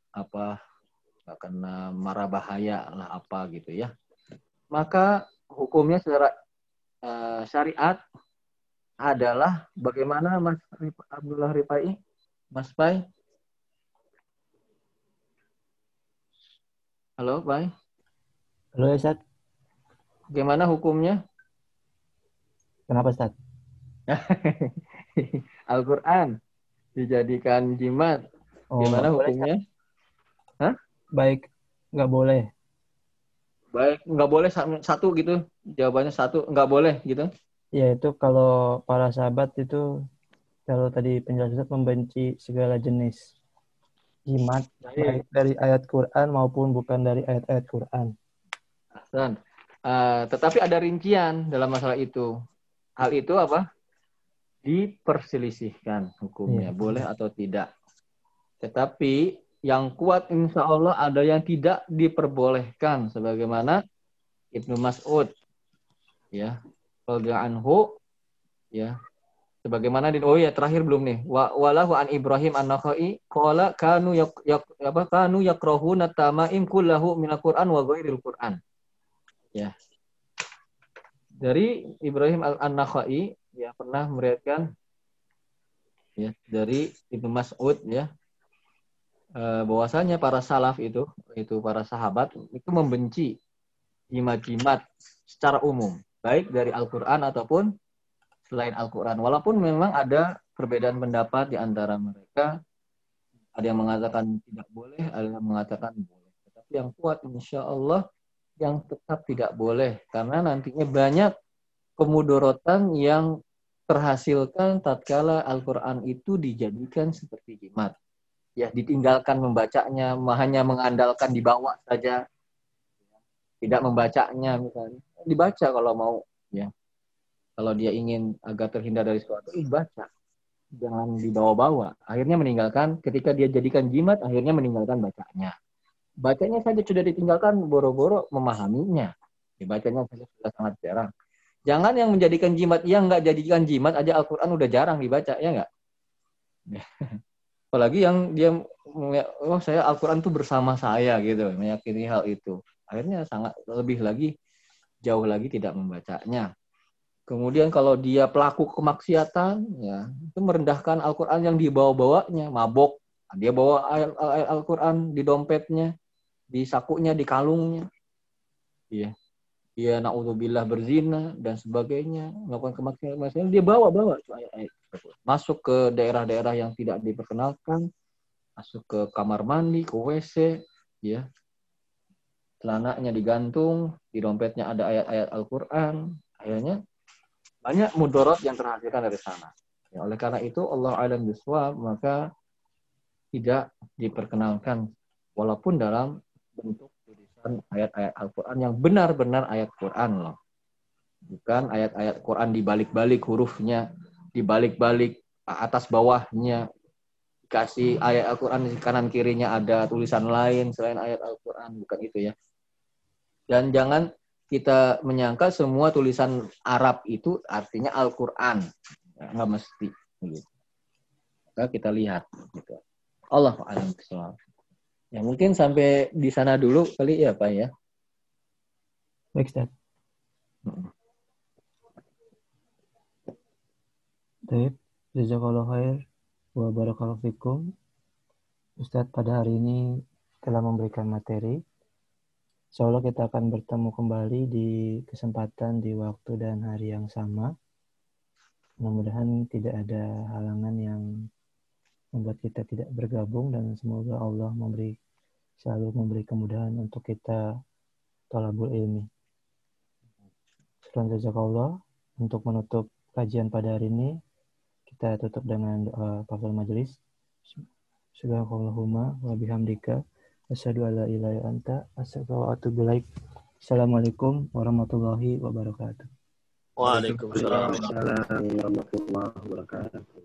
mara bahaya lah apa gitu ya. Maka hukumnya secara syariat adalah bagaimana Mas Abdullah Rifai? Mas Pai? Halo, Pai? Halo Ustaz, Bagaimana hukumnya? kenapa Ustaz? Al-Qur'an dijadikan jimat. Oh, Gimana nggak boleh, hukumnya? Ustaz. Baik, nggak boleh. Baik, nggak boleh satu gitu. Jawabannya satu, nggak boleh gitu. Ya itu kalau para sahabat itu, kalau tadi penjelasan Ustaz, membenci segala jenis jimat, baik dari ayat Quran maupun bukan dari ayat-ayat Quran. Dan, tetapi ada rincian dalam masalah itu. Hal itu apa? Diperselisihkan hukumnya, Iya. boleh atau tidak. Tetapi yang kuat insya Allah ada yang tidak diperbolehkan, sebagaimana Ibnu Mas'ud, ya, radhiyallahu anhu, ya, sebagaimana terakhir belum nih, walahu an Ibrahim an-Nakhai qala kanu yakrahuna tamaim kullahu minal Qur'an wa ghairil Qur'an. Ya. Dari Ibrahim an-Nakhai ya pernah meriwayatkan ya dari Ibnu Mas'ud ya bahwasanya para salaf itu para sahabat itu membenci jimat-jimat secara umum, baik dari Al-Qur'an ataupun selain Al-Qur'an. Walaupun memang ada perbedaan pendapat di antara mereka, ada yang mengatakan tidak boleh, ada yang mengatakan boleh. Tetapi yang kuat insya Allah yang tetap tidak boleh, karena nantinya banyak kemudorotan yang terhasilkan tatkala Al-Qur'an itu dijadikan seperti jimat. Ya, ditinggalkan membacanya, hanya mengandalkan dibawa saja, tidak membacanya misalnya. Dibaca kalau mau, ya. Kalau dia ingin agar terhindar dari sesuatu, baca. Jangan dibawa-bawa. Akhirnya meninggalkan, ketika dia jadikan jimat, akhirnya meninggalkan bacanya. Bacanya saja sudah ditinggalkan, boro-boro memahaminya. Dibacanya saja sudah sangat jarang. Jangan yang menjadikan jimat, yang nggak jadikan jimat aja Al-Qur'an udah jarang dibaca, ya nggak? Apalagi yang dia, saya Al-Qur'an itu bersama saya gitu, meyakini hal itu. Akhirnya sangat lebih lagi, jauh lagi tidak membacanya. Kemudian kalau dia pelaku kemaksiatan, ya itu merendahkan Al-Qur'an yang dibawa-bawanya, mabok, dia bawa ayat Al-Qur'an di dompetnya, di sakunya, di kalungnya, iya. Dia na'udzubillah berzina dan sebagainya, melakukan kemaksiatan, dia bawa-bawa ayat-ayat tersebut. Masuk ke daerah-daerah yang tidak diperkenalkan, masuk ke kamar mandi, ke WC, ya. Celananya digantung, di dompetnya ada ayat-ayat Al-Qur'an. Akhirnya banyak mudarat yang terhasilkan dari sana. Ya, oleh karena itu Allah a'lam bishawab, maka tidak diperkenalkan walaupun dalam bentuk tulisan ayat-ayat Al-Qur'an yang benar-benar ayat Qur'an loh. Bukan ayat-ayat Qur'an dibalik-balik hurufnya, dibalik-balik atas bawahnya, dikasih ayat Al-Qur'an di kanan kirinya ada tulisan lain selain ayat Al-Qur'an, bukan itu ya. Dan jangan kita menyangka semua tulisan Arab itu artinya Al-Qur'an. Ya, nggak mesti. Gitu. maka kita lihat gitu. Allahu a'lam bishawab. Ya mungkin sampai di sana dulu kali ya Pak ya. Baik, Ustaz. Baik, jazakallahu khair wa barakallahu fikum. Ustaz pada hari ini telah memberikan materi. Insya Allah kita akan bertemu kembali di kesempatan, di waktu dan hari yang sama. Mudah-mudahan tidak ada halangan yang membuat kita tidak bergabung dan semoga Allah selalu memberi kemudahan untuk kita thalabul ilmi. Syukran jazakallah. Untuk menutup kajian pada hari ini, kita tutup dengan doa kafaratul majelis. Subhanakallahumma wa bihamdika asyhadu an la ilaha illa anta astaghfiruka wa atubu ilaik. Assalamualaikum warahmatullahi wabarakatuh. Waalaikumsalam. Waalaikumsalam warahmatullahi wabarakatuh.